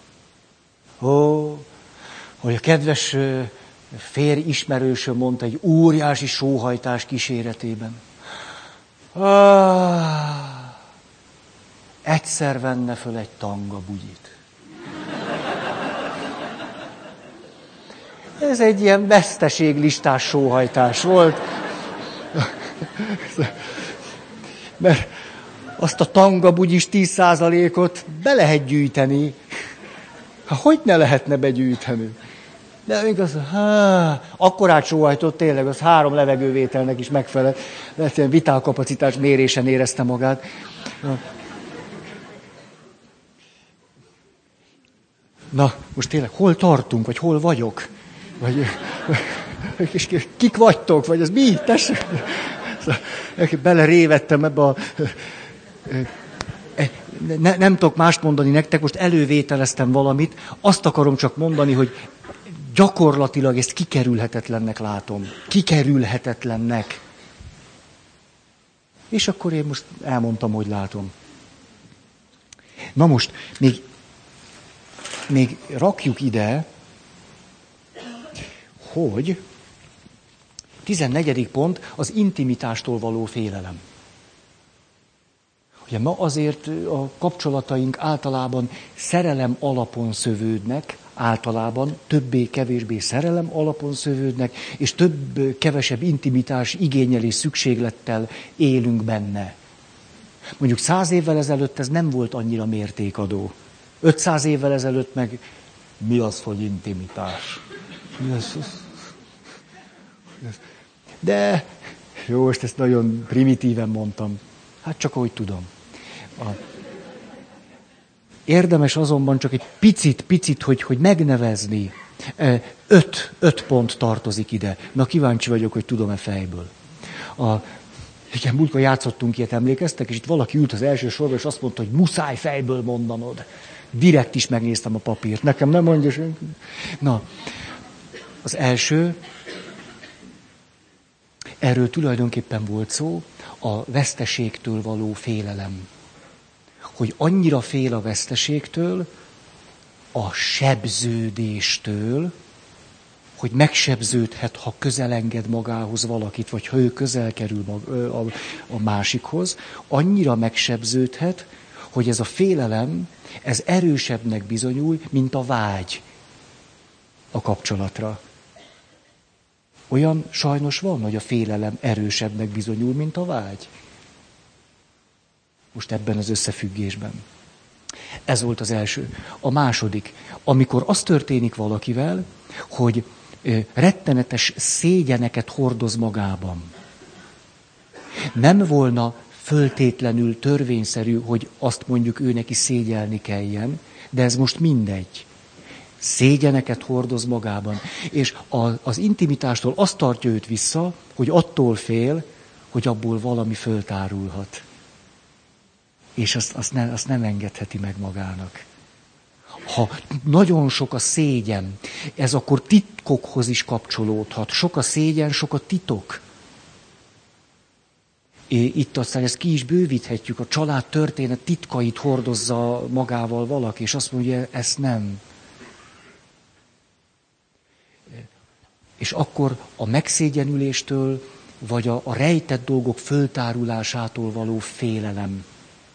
Hogy a kedves férj ismerősöm mondta egy óriási sóhajtás kíséretében. Egyszer venne föl egy tanga bugyit. Ez egy ilyen veszteséglistás sóhajtás volt. Mert azt a tanga bugyis 10%-ot be lehet gyűjteni. Hogy ne lehetne begyűjteni? De még az, akkorát sóhajtott tényleg, az 3 levegővételnek is megfelel. Lehet, ilyen vitálkapacitás mérésen érezte magát. Na, most tényleg hol tartunk, vagy hol vagyok? Vagy kik vagytok, vagy ez mi? Tessék! Belerévettem ebbe a... Nem tudok mást mondani nektek, most elővételeztem valamit, azt akarom csak mondani, hogy Gyakorlatilag ezt kikerülhetetlennek látom. Kikerülhetetlennek. És akkor én most elmondtam, hogy látom. Na most, még rakjuk ide, hogy 14. pont az intimitástól való félelem. Ugye ma azért a kapcsolataink általában szerelem alapon szövődnek, általában többé-kevésbé szerelem alapon szövődnek, és több-kevesebb intimitás igénnyel és szükséglettel élünk benne. Mondjuk 100 évvel ezelőtt ez nem volt annyira mértékadó. 500 évvel ezelőtt meg mi az, hogy intimitás? Mi az? De jó, most ezt nagyon primitíven mondtam. Hát csak ahogy tudom. Érdemes azonban csak egy picit, hogy megnevezni. 5 pont tartozik ide. Na, kíváncsi vagyok, hogy tudom-e fejből. Igen, múltkor játszottunk ilyet, emlékeztek, és itt valaki ült az első sorba, és azt mondta, hogy muszáj fejből mondanod. Direkt is megnéztem a papírt. Nekem nem mondja senki. Na, az első, erről tulajdonképpen volt szó, a veszteségtől való félelem. Hogy annyira fél a veszteségtől, a sebződéstől, hogy megsebződhet, ha közel enged magához valakit, vagy ha ő közel kerül a másikhoz, annyira megsebződhet, hogy ez a félelem, ez erősebbnek bizonyul, mint a vágy a kapcsolatra. Olyan sajnos van, hogy a félelem erősebbnek bizonyul, mint a vágy. Most ebben az összefüggésben. Ez volt az első. A második, amikor az történik valakivel, hogy rettenetes szégyeneket hordoz magában. Nem volna föltétlenül törvényszerű, hogy azt mondjuk ő neki szégyelni kelljen, de ez most mindegy. Szégyeneket hordoz magában. És az intimitástól azt tartja őt vissza, hogy attól fél, hogy abból valami föltárulhat. És azt nem engedheti meg magának. Ha nagyon sok a szégyen, ez akkor titkokhoz is kapcsolódhat. Sok a szégyen, sok a titok. Itt aztán ezt ki is bővíthetjük, a család történet titkait hordozza magával valaki, és azt mondja, ezt nem. És akkor a megszégyenüléstől, vagy a rejtett dolgok föltárulásától való félelem,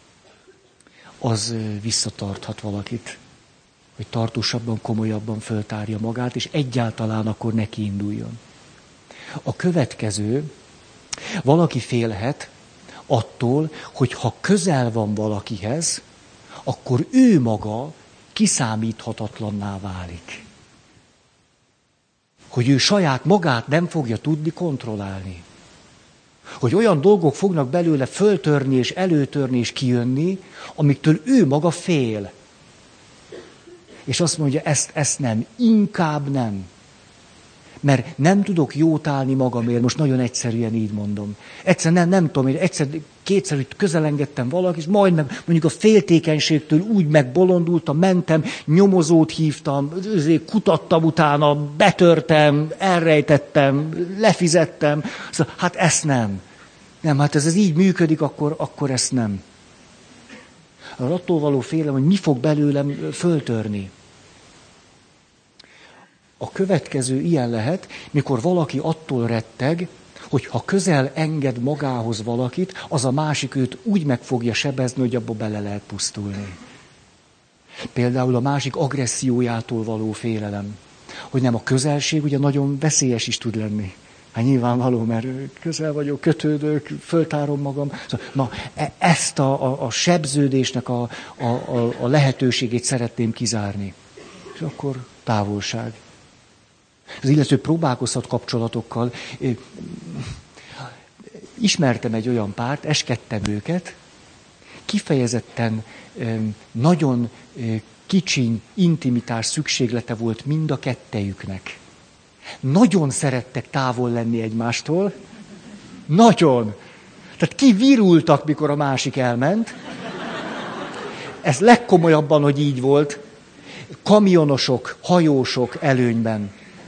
az visszatarthat valakit, hogy tartósabban, komolyabban föltárja magát, és egyáltalán akkor neki induljon. A következő, valaki félhet attól, hogy ha közel van valakihez, akkor ő maga kiszámíthatatlanná válik. Hogy ő saját magát nem fogja tudni kontrollálni. Hogy olyan dolgok fognak belőle föltörni, és előtörni, és kijönni, amiktől ő maga fél. És azt mondja, ezt nem, inkább nem. Mert nem tudok jót állni magamért, most nagyon egyszerűen így mondom. Egyszer nem tudom, kétszer hogy közelengedtem valaki, és majdnem mondjuk a féltékenységtől úgy megbolondultam, mentem, nyomozót hívtam, kutattam utána, betörtem, elrejtettem, lefizettem. Szóval, hát ezt nem. Nem, hát ez így működik, akkor ezt nem. Attól való félelem, hogy mi fog belőlem föltörni. A következő ilyen lehet, mikor valaki attól retteg, hogy ha közel enged magához valakit, az a másik őt úgy meg fogja sebezni, hogy abba bele lehet pusztulni. Például a másik agressziójától való félelem. Hogy nem, a közelség ugye nagyon veszélyes is tud lenni. Hát nyilvánvaló, mert közel vagyok, kötődök, föltárom magam. Na, ezt a sebződésnek a lehetőségét szeretném kizárni. És akkor távolság. Az illető próbálkozhat kapcsolatokkal. Ismertem egy olyan párt, eskedtem őket, kifejezetten nagyon kicsiny intimitás szükséglete volt mind a kettejüknek. Nagyon szerettek távol lenni egymástól. Nagyon. Tehát kivirultak, mikor a másik elment. Ez legkomolyabban, hogy így volt. Kamionosok, hajósok előnyben.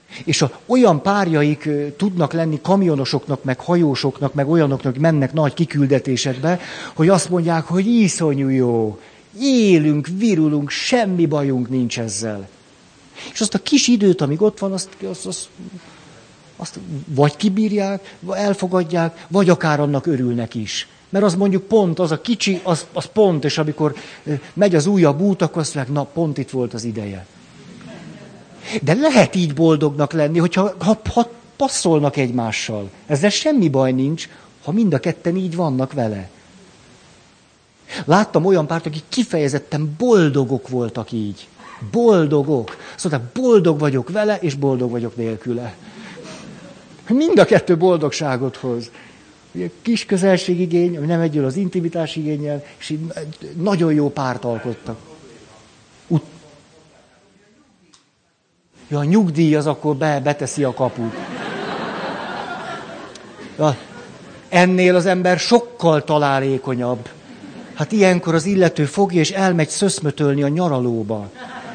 És olyan párjaik tudnak lenni kamionosoknak, meg hajósoknak, meg olyanoknak, hogy mennek nagy kiküldetésekbe, hogy azt mondják, hogy iszonyú jó, élünk, virulunk, semmi bajunk nincs ezzel. És azt a kis időt, amíg ott van, azt vagy kibírják, vagy elfogadják, vagy akár annak örülnek is. Mert az mondjuk pont, az a kicsi, az pont, és amikor megy az újabb út, akkor azt mondják, na pont itt volt az ideje. De lehet így boldognak lenni, hogyha passzolnak egymással. Ezzel semmi baj nincs, ha mind a ketten így vannak vele. Láttam olyan párt, akik kifejezetten boldogok voltak így. Boldogok. Szóval boldog vagyok vele, és boldog vagyok nélküle. Mind a kettő boldogságot hoz. Ugye, kis közelségigény, ami nem együl az intimitás igénnyel, és így nagyon jó párt alkottak. Ja, a nyugdíj az akkor beteszi a kaput. Ja, ennél az ember sokkal találékonyabb. Hát ilyenkor az illető fogja, és elmegy szöszmötölni a nyaralóba.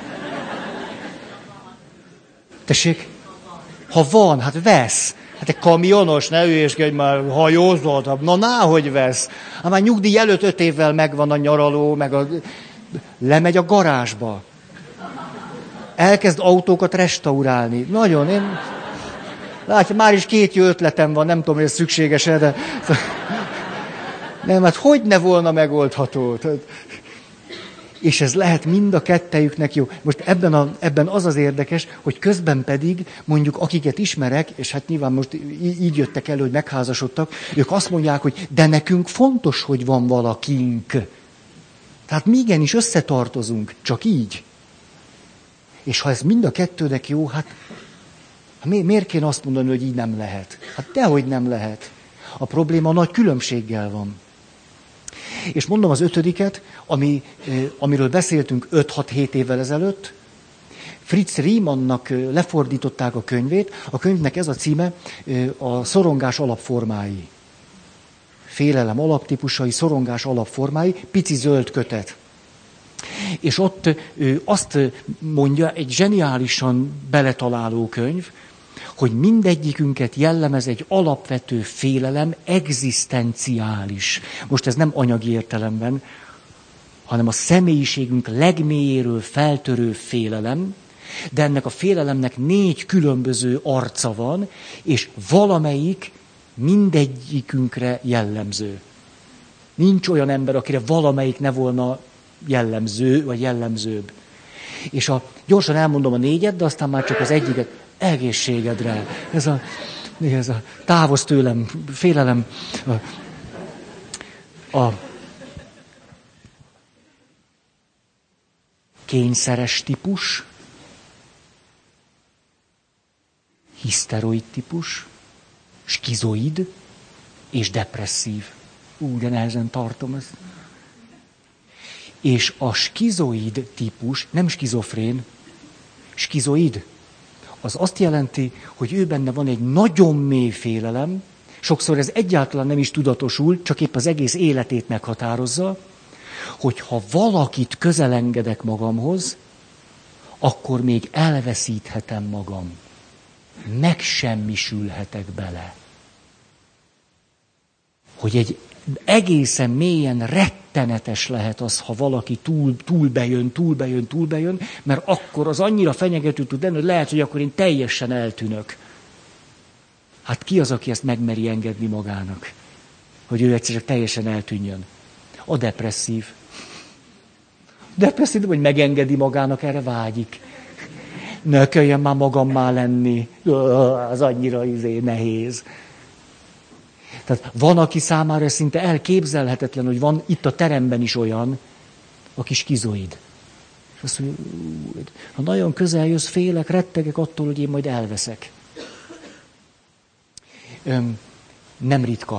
Tessék? Ha van, hát vesz. Hát egy kamionos, ne ügyeskedj már, hajózott, na náhogy vesz. Hát már nyugdíj előtt 5 évvel megvan a nyaraló, lemegy a garázsba. Elkezd autókat restaurálni. Nagyon, látja, már is 2 jó ötletem van, nem tudom, hogy ez szükséges-e, de... Nem, hát hogy ne volna megoldható? És ez lehet mind a kettejüknek jó. Most ebben az érdekes, hogy közben pedig mondjuk akiket ismerek, és hát nyilván most így jöttek elő, hogy megházasodtak, ők azt mondják, hogy de nekünk fontos, hogy van valakink. Tehát mi igenis összetartozunk, csak így. És ha ez mind a kettőnek jó, hát miért kéne azt mondani, hogy így nem lehet? Hát dehogy nem lehet. A probléma nagy különbséggel van. És mondom az 5., amiről beszéltünk 5-6-7 évvel ezelőtt. Fritz Riemannnak lefordították a könyvét. A könyvnek ez a címe, a szorongás alapformái. Félelem alaptípusai, szorongás alapformái, pici zöld kötet. És ott azt mondja, egy zseniálisan beletaláló könyv, hogy mindegyikünket jellemez egy alapvető félelem, egzisztenciális. Most ez nem anyagi értelemben, hanem a személyiségünk legmélyéről feltörő félelem, de ennek a félelemnek 4 különböző arca van, és valamelyik mindegyikünkre jellemző. Nincs olyan ember, akire valamelyik ne volna jellemző, vagy jellemzőbb. És gyorsan elmondom a 4, de aztán már csak az 1. Egészségedre. Ez a távozz tőlem, félelem. A kényszeres típus, hiszteroid típus, skizoid és depresszív. De nehezen tartom ezt. És a skizoid típus, nem skizofrén, skizoid, az azt jelenti, hogy ő benne van egy nagyon mély félelem, sokszor ez egyáltalán nem is tudatosul, csak épp az egész életét meghatározza, hogy ha valakit közelengedek magamhoz, akkor még elveszíthetem magam. Megsemmisülhetek bele. Hogy egy egészen mélyen rettenetes lehet az, ha valaki túl bejön, mert akkor az annyira fenyegető tud lenni, hogy lehet, hogy akkor én teljesen eltűnök. Hát ki az, aki ezt megmeri engedni magának? Hogy ő egyszerűen teljesen eltűnjön. A depresszív. Depresszív, hogy megengedi magának, erre vágyik. Ne kelljen már magammá lenni. Az annyira nehéz. Tehát van, aki számára szinte elképzelhetetlen, hogy van itt a teremben is olyan, aki skizoid. És azt mondja, ha nagyon közel jössz, félek, rettegek attól, hogy én majd elveszek. Nem ritka.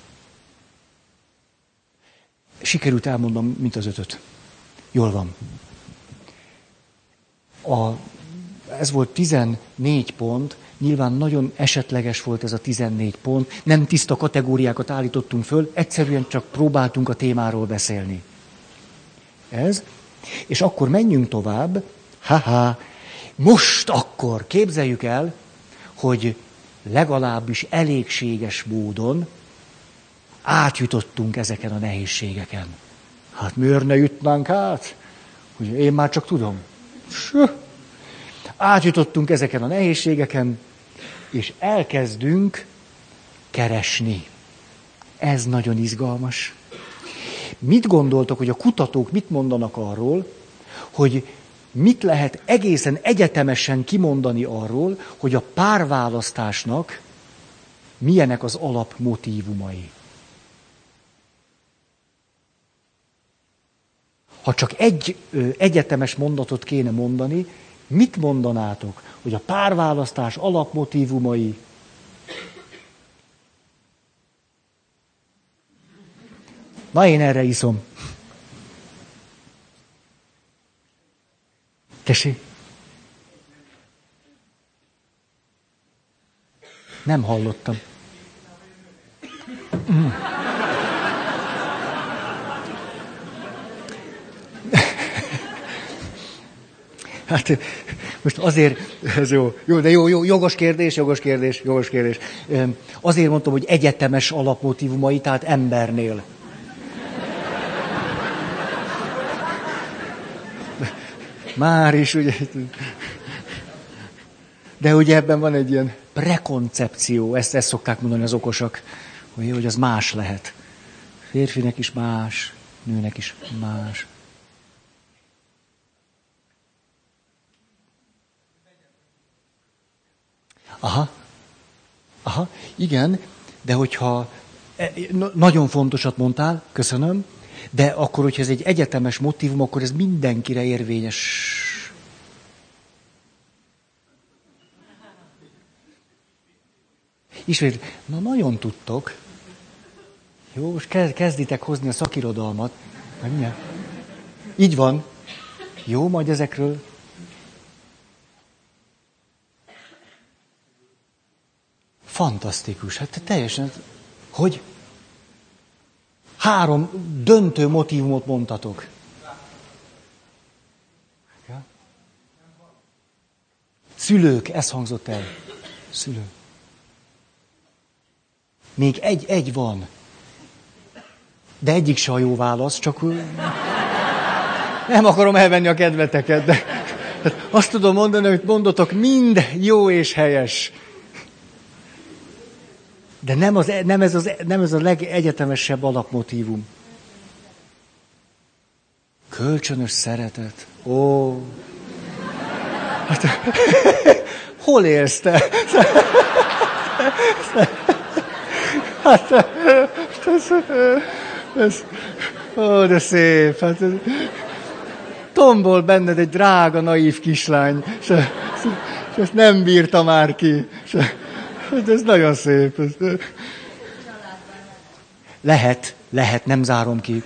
Sikerült elmondom, mint az 5. Jól van. Ez volt 14 pont, nyilván nagyon esetleges volt ez a 14 pont, nem tiszta kategóriákat állítottunk föl, egyszerűen csak próbáltunk a témáról beszélni. Ez. És akkor menjünk tovább. Most akkor képzeljük el, hogy legalábbis elégséges módon átjutottunk ezeken a nehézségeken. Hát miért ne jutnánk át? Ugye én már csak tudom. Átjutottunk ezeken a nehézségeken, és elkezdünk keresni. Ez nagyon izgalmas. Mit gondoltok, hogy a kutatók mit mondanak arról, hogy mit lehet egészen egyetemesen kimondani arról, hogy a párválasztásnak milyenek az alapmotívumai? Ha csak egy egyetemes mondatot kéne mondani, mit mondanátok, hogy a párválasztás alapmotívumai? Na, én erre iszom. Tessék? Nem hallottam. Hát most azért, ez jó, de jó, jogos kérdés. Azért mondtam, hogy egyetemes alapmotívumai, tehát embernél. Már is, ugye. De ugye ebben van egy ilyen prekoncepció, ezt szokták mondani az okosak, hogy az más lehet. Férfinek is más, nőnek is más. Aha, igen, de hogyha nagyon fontosat mondtál, köszönöm, de akkor, hogyha ez egy egyetemes motívum, akkor ez mindenkire érvényes. Ismét, na nagyon tudtok. Jó, most kezditek hozni a szakirodalmat. Így van. Jó, majd ezekről. Fantasztikus. Hát teljesen. Hogy? 3 döntő motívumot mondtatok. Ja? Szülők, ez hangzott el. Szülők. Még egy van. De egyik se a jó válasz, csak nem akarom elvenni a kedveteket, de azt tudom mondani, hogy mondotok, mind jó és helyes. De nem ez a legegyetemesebb alapmotívum. Kölcsönös szeretet. Ó. Hát, hol élsz te? Hát, de szép. Hát, tombol benned egy drága, naív kislány. És ezt nem bírta már ki. Hát ez nagyon szép. Lehet, nem zárom ki.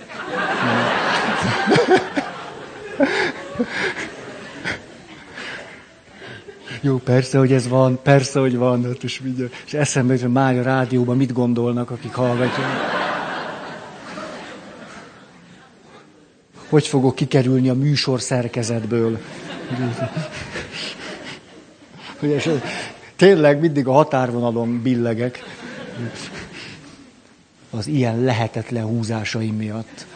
Jó, persze, hogy ez van, persze, hogy van. Hát és eszembe jut, hogy már a rádióban mit gondolnak, akik hallgatják. Hogy fogok kikerülni a műsor szerkezetből? Tényleg mindig a határvonalon billegek. Az ilyen lehetetlen húzásaim miatt.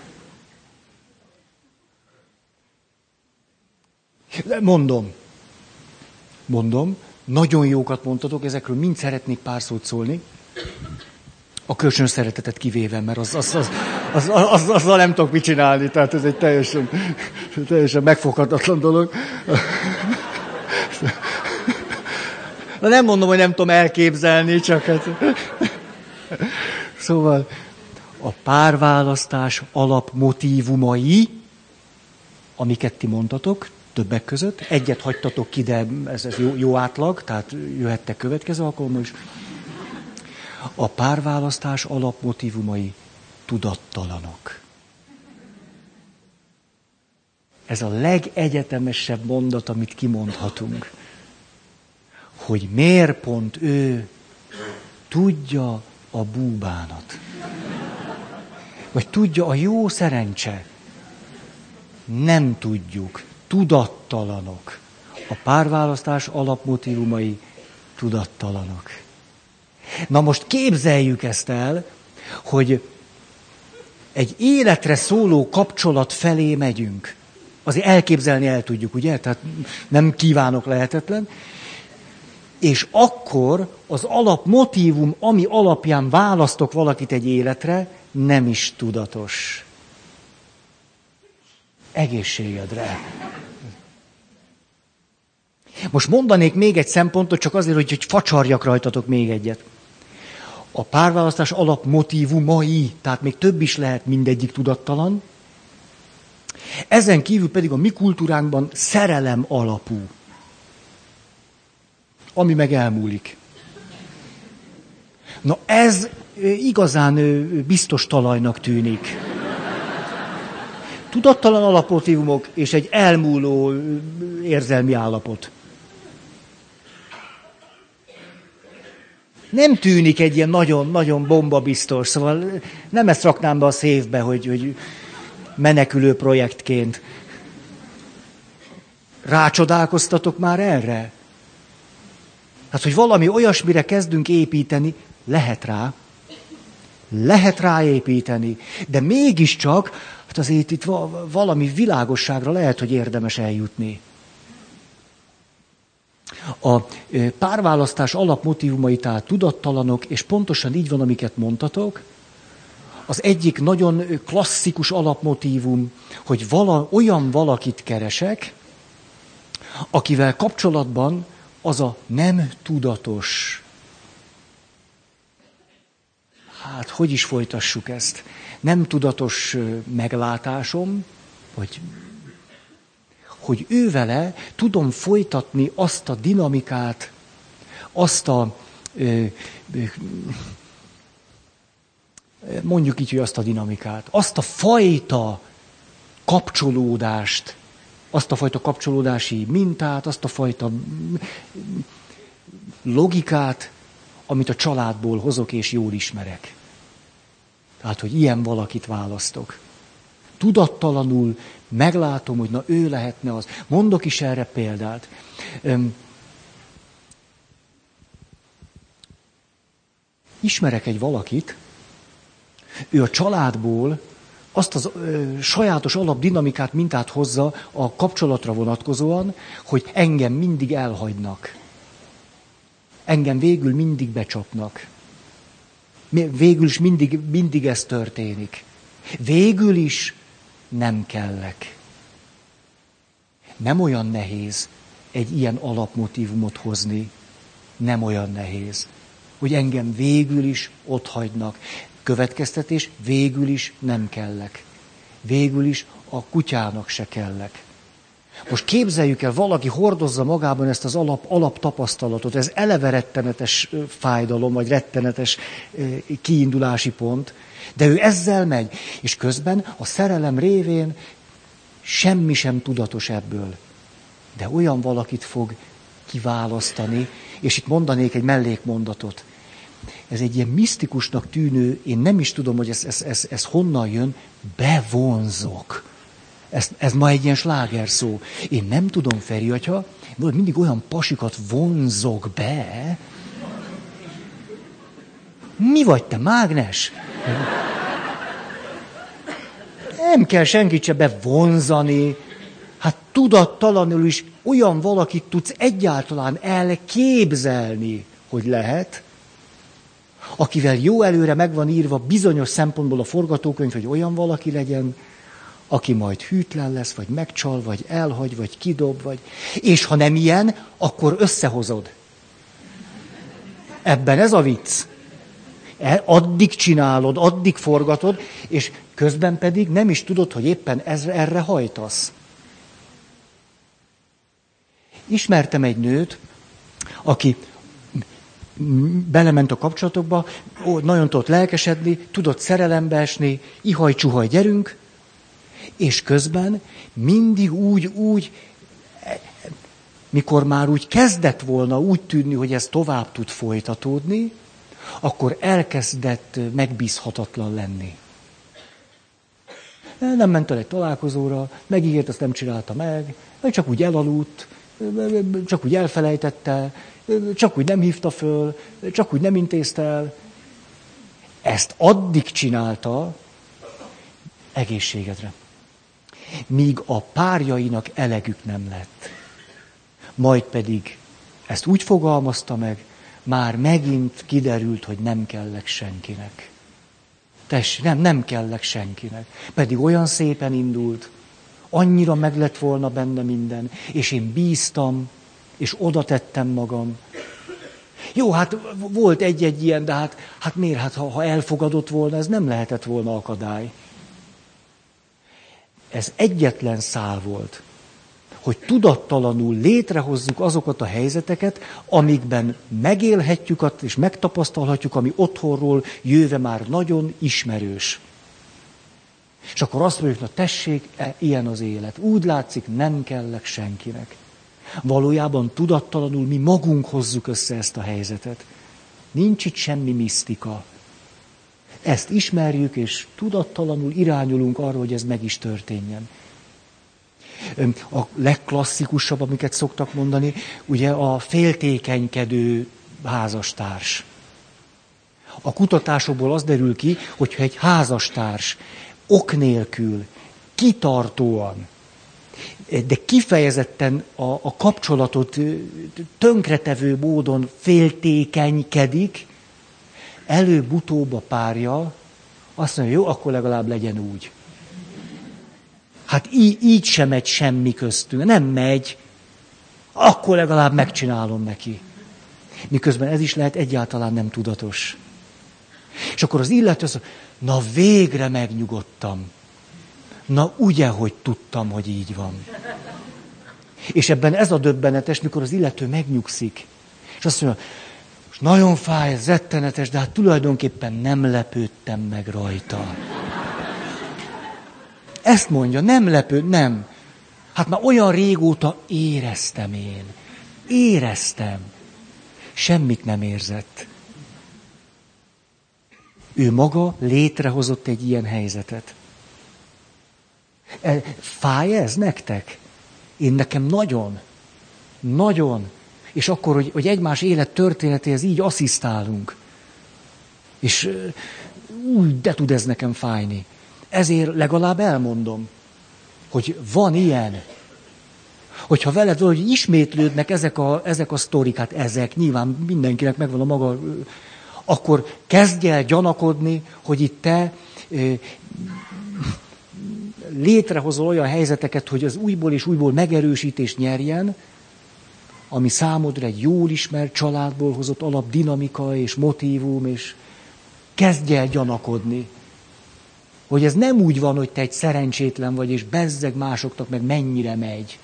Mondom, nagyon jókat mondtatok, ezekről mind szeretnék pár szót szólni. A kölcsönös szeretetet kivéve, mert azzal nem tudok mit csinálni, tehát ez egy teljesen megfoghatatlan dolog. Na nem mondom, hogy nem tudom elképzelni, csak hát... Szóval a párválasztás alapmotívumai, amiket ti mondtatok, többek között, egyet hagytatok ki, de ez jó átlag, tehát jöhettek következő alkalommal is. A párválasztás alapmotívumai tudattalanok. Ez a legegyetemesebb mondat, amit kimondhatunk. Hogy miért pont ő tudja a búbánat. Vagy tudja a jó szerencse. Nem tudjuk. Tudattalanok. A párválasztás alapmotívumai tudattalanok. Na most képzeljük ezt el, hogy egy életre szóló kapcsolat felé megyünk. Azért elképzelni el tudjuk, ugye? Tehát nem kívánok, lehetetlen. És akkor az alapmotívum, ami alapján választok valakit egy életre, nem is tudatos. Egészségedre. Most mondanék még egy szempontot, csak azért, hogy facsarjak rajtatok még egyet. A párválasztás alapmotívumai, tehát még több is lehet, mindegyik tudattalan. Ezen kívül pedig a mi kultúránkban szerelem alapú, ami meg elmúlik. Na ez igazán biztos talajnak tűnik. Tudattalan alapmotívumok és egy elmúló érzelmi állapot. Nem tűnik egy ilyen nagyon-nagyon bombabiztos, szóval nem ezt raknám be a széfbe, hogy menekülő projektként. Rácsodálkoztatok már erre? Hát, hogy valami olyasmire kezdünk építeni, lehet rá építeni, de mégiscsak, hát azért itt valami világosságra lehet, hogy érdemes eljutni. A párválasztás alapmotívumai tehát tudattalanok, és pontosan így van, amiket mondtatok. Az egyik nagyon klasszikus alapmotívum, hogy olyan valakit keresek, akivel kapcsolatban az a nem tudatos. Hát, hogy is folytassuk ezt? Nem tudatos meglátásom, hogy ővele tudom folytatni azt a dinamikát, azt a, mondjuk így, hogy azt a dinamikát, azt a fajta kapcsolódást, azt a fajta kapcsolódási mintát, azt a fajta logikát, amit a családból hozok és jól ismerek. Tehát, hogy ilyen valakit választok. Tudattalanul meglátom, hogy na ő lehetne az. Mondok is erre példát. Ismerek egy valakit, ő a családból azt az sajátos alapdinamikát, mintát hozza a kapcsolatra vonatkozóan, hogy engem mindig elhagynak. Engem végül mindig becsapnak. Végül is mindig ez történik. Végül is nem kellek. Nem olyan nehéz egy ilyen alapmotívumot hozni. Nem olyan nehéz. Hogy engem végül is otthagynak. Következtetés, végül is nem kellek. Végül is a kutyának se kellek. Most képzeljük el, valaki hordozza magában ezt az alaptapasztalatot, ez eleve rettenetes fájdalom, vagy rettenetes kiindulási pont, de ő ezzel megy, és közben a szerelem révén semmi sem tudatos ebből. De olyan valakit fog kiválasztani, és itt mondanék egy mellékmondatot. Ez egy ilyen misztikusnak tűnő, én nem is tudom, hogy ez honnan jön, bevonzok. Ez ma egy ilyen slágerszó. Én nem tudom, Feri atya, mindig olyan pasikat vonzok be. Mi vagy te, mágnes? Nem kell senkit se bevonzani. Hát tudattalanul is olyan valakit tudsz egyáltalán elképzelni, hogy lehet, akivel jó előre meg van írva bizonyos szempontból a forgatókönyv, hogy olyan valaki legyen, aki majd hűtlen lesz, vagy megcsal, vagy elhagy, vagy kidob, vagy... És ha nem ilyen, akkor összehozod. Ebben ez a vicc. Addig csinálod, addig forgatod, és közben pedig nem is tudod, hogy éppen erre hajtasz. Ismertem egy nőt, aki belement a kapcsolatokba, nagyon tudott lelkesedni, tudott szerelembe esni, ihaj-csuhaj, gyerünk, és közben mindig úgy, mikor már úgy kezdett volna úgy tűnni, hogy ez tovább tud folytatódni, akkor elkezdett megbízhatatlan lenni. Nem ment el egy találkozóra, megígért, azt nem csinálta meg, vagy csak úgy elaludt, csak úgy elfelejtette, csak úgy nem hívta föl, csak úgy nem intézte el. Ezt addig csinálta, egészségedre, míg a párjainak elegük nem lett. Majd pedig ezt úgy fogalmazta meg, már megint kiderült, hogy nem kellek senkinek. Nem kellek senkinek. Pedig olyan szépen indult, annyira meg lett volna benne minden, és én bíztam, és oda tettem magam. Jó, hát volt egy-egy ilyen, de hát miért? Hát ha elfogadott volna, ez nem lehetett volna akadály. Ez egyetlen szál volt, hogy tudattalanul létrehozzuk azokat a helyzeteket, amikben megélhetjük és megtapasztalhatjuk, ami otthonról jöve már nagyon ismerős. És akkor azt mondjuk, na tessék, ilyen az élet. Úgy látszik, nem kellek senkinek. Valójában tudattalanul mi magunk hozzuk össze ezt a helyzetet. Nincs itt semmi misztika. Ezt ismerjük, és tudattalanul irányulunk arra, hogy ez meg is történjen. A legklasszikusabb, amiket szoktak mondani, ugye a féltékenykedő házastárs. A kutatásokból az derül ki, hogyha egy házastárs ok nélkül, kitartóan, de kifejezetten a kapcsolatot tönkretevő módon féltékenykedik, előbb-utóbb a párja azt mondja, jó, akkor legalább legyen úgy. Hát így sem megy semmi köztünk, nem megy, akkor legalább megcsinálom neki. Miközben ez is lehet egyáltalán nem tudatos. És akkor az illető azt mondja, na végre megnyugodtam. Na ugye, hogy tudtam, hogy így van. És ebben ez a döbbenetes, mikor az illető megnyugszik. És azt mondja, most nagyon fáj, ez rettenetes, de hát tulajdonképpen nem lepődtem meg rajta. Ezt mondja, nem. Hát már olyan régóta éreztem én. Éreztem. Semmit nem érzett. Ő maga létrehozott egy ilyen helyzetet. Fáj ez nektek? Nekem nagyon. Nagyon. És akkor, hogy egymás élet történetéhez így asszisztálunk. És úgy, de tud ez nekem fájni. Ezért legalább elmondom, hogy van ilyen. Hogyha veled valahogy ismétlődnek ezek a sztorik, hát ezek, nyilván mindenkinek megvan a maga, akkor kezdj el gyanakodni, hogy itt te létrehozol olyan helyzeteket, hogy az újból és újból megerősítés nyerjen, ami számodra egy jól ismert családból hozott alapdinamika és motívum, és kezdj el gyanakodni. Hogy ez nem úgy van, hogy te egy szerencsétlen vagy, és bezzeg másoknak meg mennyire megy.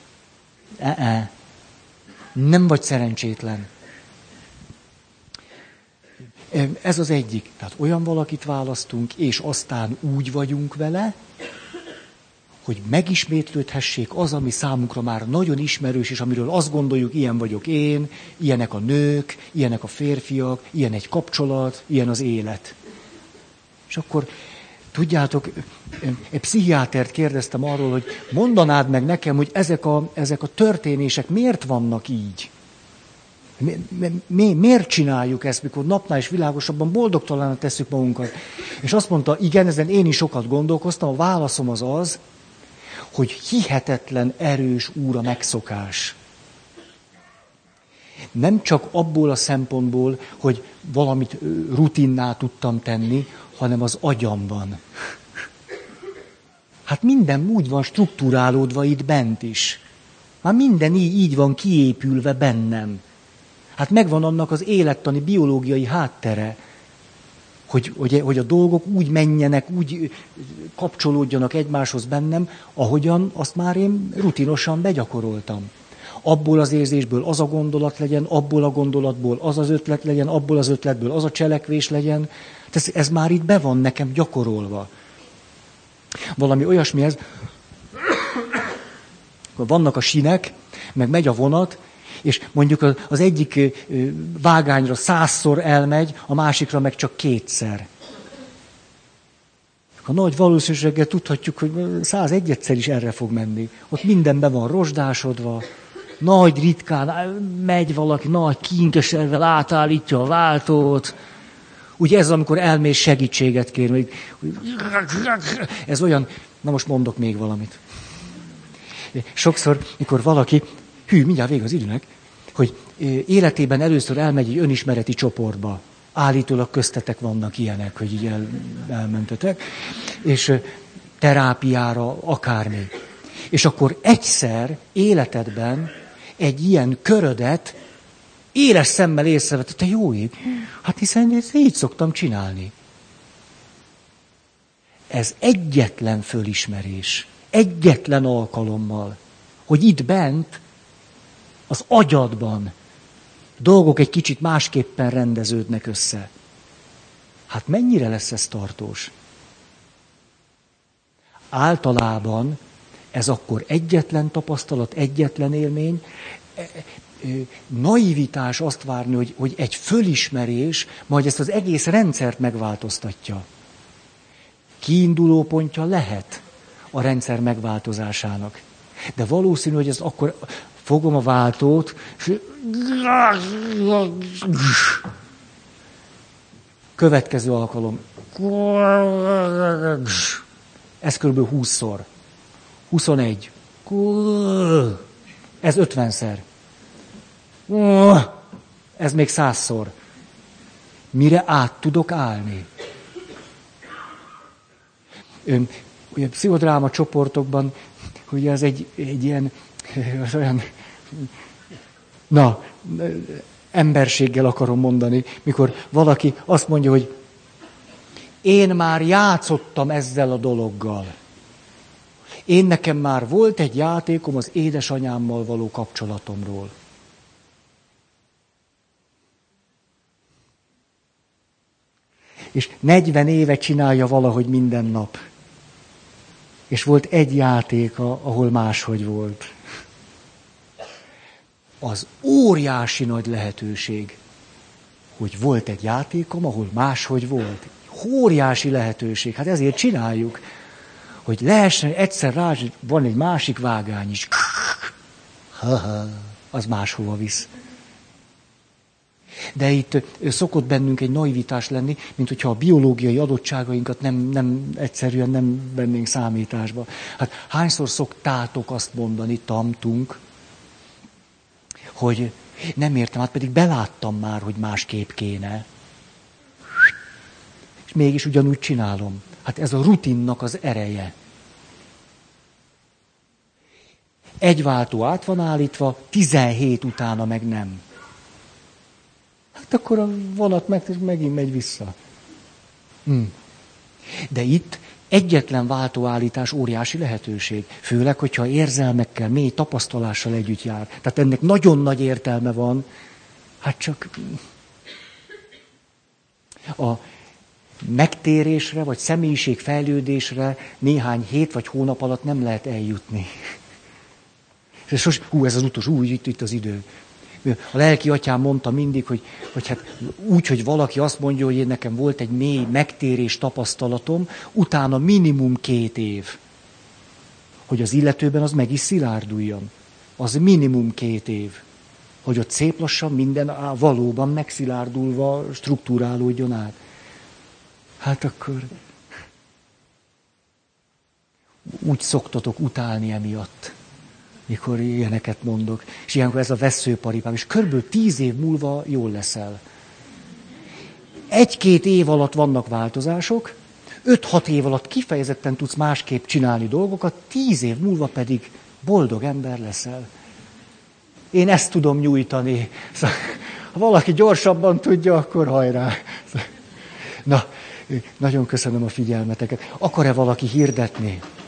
Nem vagy szerencsétlen. Ez az egyik. Tehát olyan valakit választunk, és aztán úgy vagyunk vele, hogy megismétlődhessék az, ami számunkra már nagyon ismerős, és amiről azt gondoljuk, ilyen vagyok én, ilyenek a nők, ilyenek a férfiak, ilyen egy kapcsolat, ilyen az élet. És akkor, tudjátok, egy pszichiátert kérdeztem arról, hogy mondanád meg nekem, hogy ezek a történések miért vannak így? Miért csináljuk ezt, mikor napnál is világosabban boldogtalanul tesszük magunkat? És azt mondta, igen, ezen én is sokat gondolkoztam, a válaszom az, hogy hihetetlen erős a megszokás. Nem csak abból a szempontból, hogy valamit rutinná tudtam tenni, hanem az agyamban. Hát minden úgy van struktúrálódva itt bent is. Már minden így van kiépülve bennem. Hát megvan annak az élettani, biológiai háttere, hogy a dolgok úgy menjenek, úgy kapcsolódjanak egymáshoz bennem, ahogyan azt már én rutinosan begyakoroltam. Abból az érzésből az a gondolat legyen, abból a gondolatból az az ötlet legyen, abból az ötletből az a cselekvés legyen. Ez már itt be van nekem gyakorolva. Valami olyasmi ez, vannak a sinek, meg megy a vonat, és mondjuk az egyik vágányra 100-szor elmegy, a másikra meg csak 2-szer. A nagy valószínűséggel tudhatjuk, hogy 101-szer is erre fog menni. Ott minden be van rozsdásodva, nagy ritkán megy valaki, nagy kinkeservel átállítja a váltót. Ugye ez, amikor elmész segítséget kérni. Ez olyan, na most mondok még valamit. Sokszor, mikor valaki, mindjárt vége az időnek, hogy életében először elmegy egy önismereti csoportba. Állítólag köztetek vannak ilyenek, hogy így elmentetek, és terápiára, akármi. És akkor egyszer életedben egy ilyen körödet éles szemmel észrevett, te jó ég, hát hiszen ezt így szoktam csinálni. Ez egyetlen fölismerés, egyetlen alkalommal, hogy itt bent, az agyadban dolgok egy kicsit másképpen rendeződnek össze. Hát mennyire lesz ez tartós? Általában ez akkor egyetlen tapasztalat, egyetlen élmény, naivitás azt várni, hogy egy fölismerés majd ezt az egész rendszert megváltoztatja. Kiinduló pontja lehet a rendszer megváltozásának. De valószínű, hogy ez akkor fogom a váltót, következő alkalom. Ez kb. 20-szor. 21. Ez 50-szer. Ez még 100-szor. Mire át tudok állni? Ugye pszichodráma csoportokban, ugye ez egy ilyen, az olyan, emberséggel akarom mondani, mikor valaki azt mondja, hogy én már játszottam ezzel a dologgal. Nekem már volt egy játékom az édesanyámmal való kapcsolatomról. És 40 éve csinálja valahogy minden nap. És volt egy játéka, ahol máshogy volt. Az óriási nagy lehetőség, hogy volt egy játékom, ahol máshogy volt. Óriási lehetőség. Hát ezért csináljuk, hogy lehessen egyszer rá, van egy másik vágány is. Az máshova visz. De itt szokott bennünk egy naivitás lenni, mint hogyha a biológiai adottságainkat nem egyszerűen nem vennénk számításba. Hát hányszor szoktátok azt mondani, tamtunk, hogy nem értem, hát pedig beláttam már, hogy másképp kéne. És mégis ugyanúgy csinálom. Hát ez a rutinnak az ereje. Egy váltó át van állítva, 17 utána meg nem. Hát akkor a vonat megint megy vissza. De itt egyetlen váltóállítás óriási lehetőség. Főleg, hogyha érzelmekkel, mély tapasztalással együtt jár. Tehát ennek nagyon nagy értelme van. Hát csak a megtérésre, vagy személyiségfejlődésre néhány hét vagy hónap alatt nem lehet eljutni. Ez az utolsó, itt az idő. A lelki atyám mondta mindig, hogy hát úgy, hogy valaki azt mondja, hogy nekem volt egy mély megtérés tapasztalatom, utána minimum 2 év, hogy az illetőben az meg is szilárduljon. Az minimum 2 év, hogy ott szép lassan minden valóban megszilárdulva struktúrálódjon át. Hát akkor úgy szoktatok utálni emiatt, mikor ilyeneket mondok. És ilyenkor ez a vesszőparipám, és körülbelül 10 év múlva jól leszel. 1-2 év alatt vannak változások, 5-6 év alatt kifejezetten tudsz másképp csinálni dolgokat, 10 év múlva pedig boldog ember leszel. Én ezt tudom nyújtani. Szóval, ha valaki gyorsabban tudja, akkor hajrá. Na, nagyon köszönöm a figyelmeteket. Akar-e valaki hirdetni?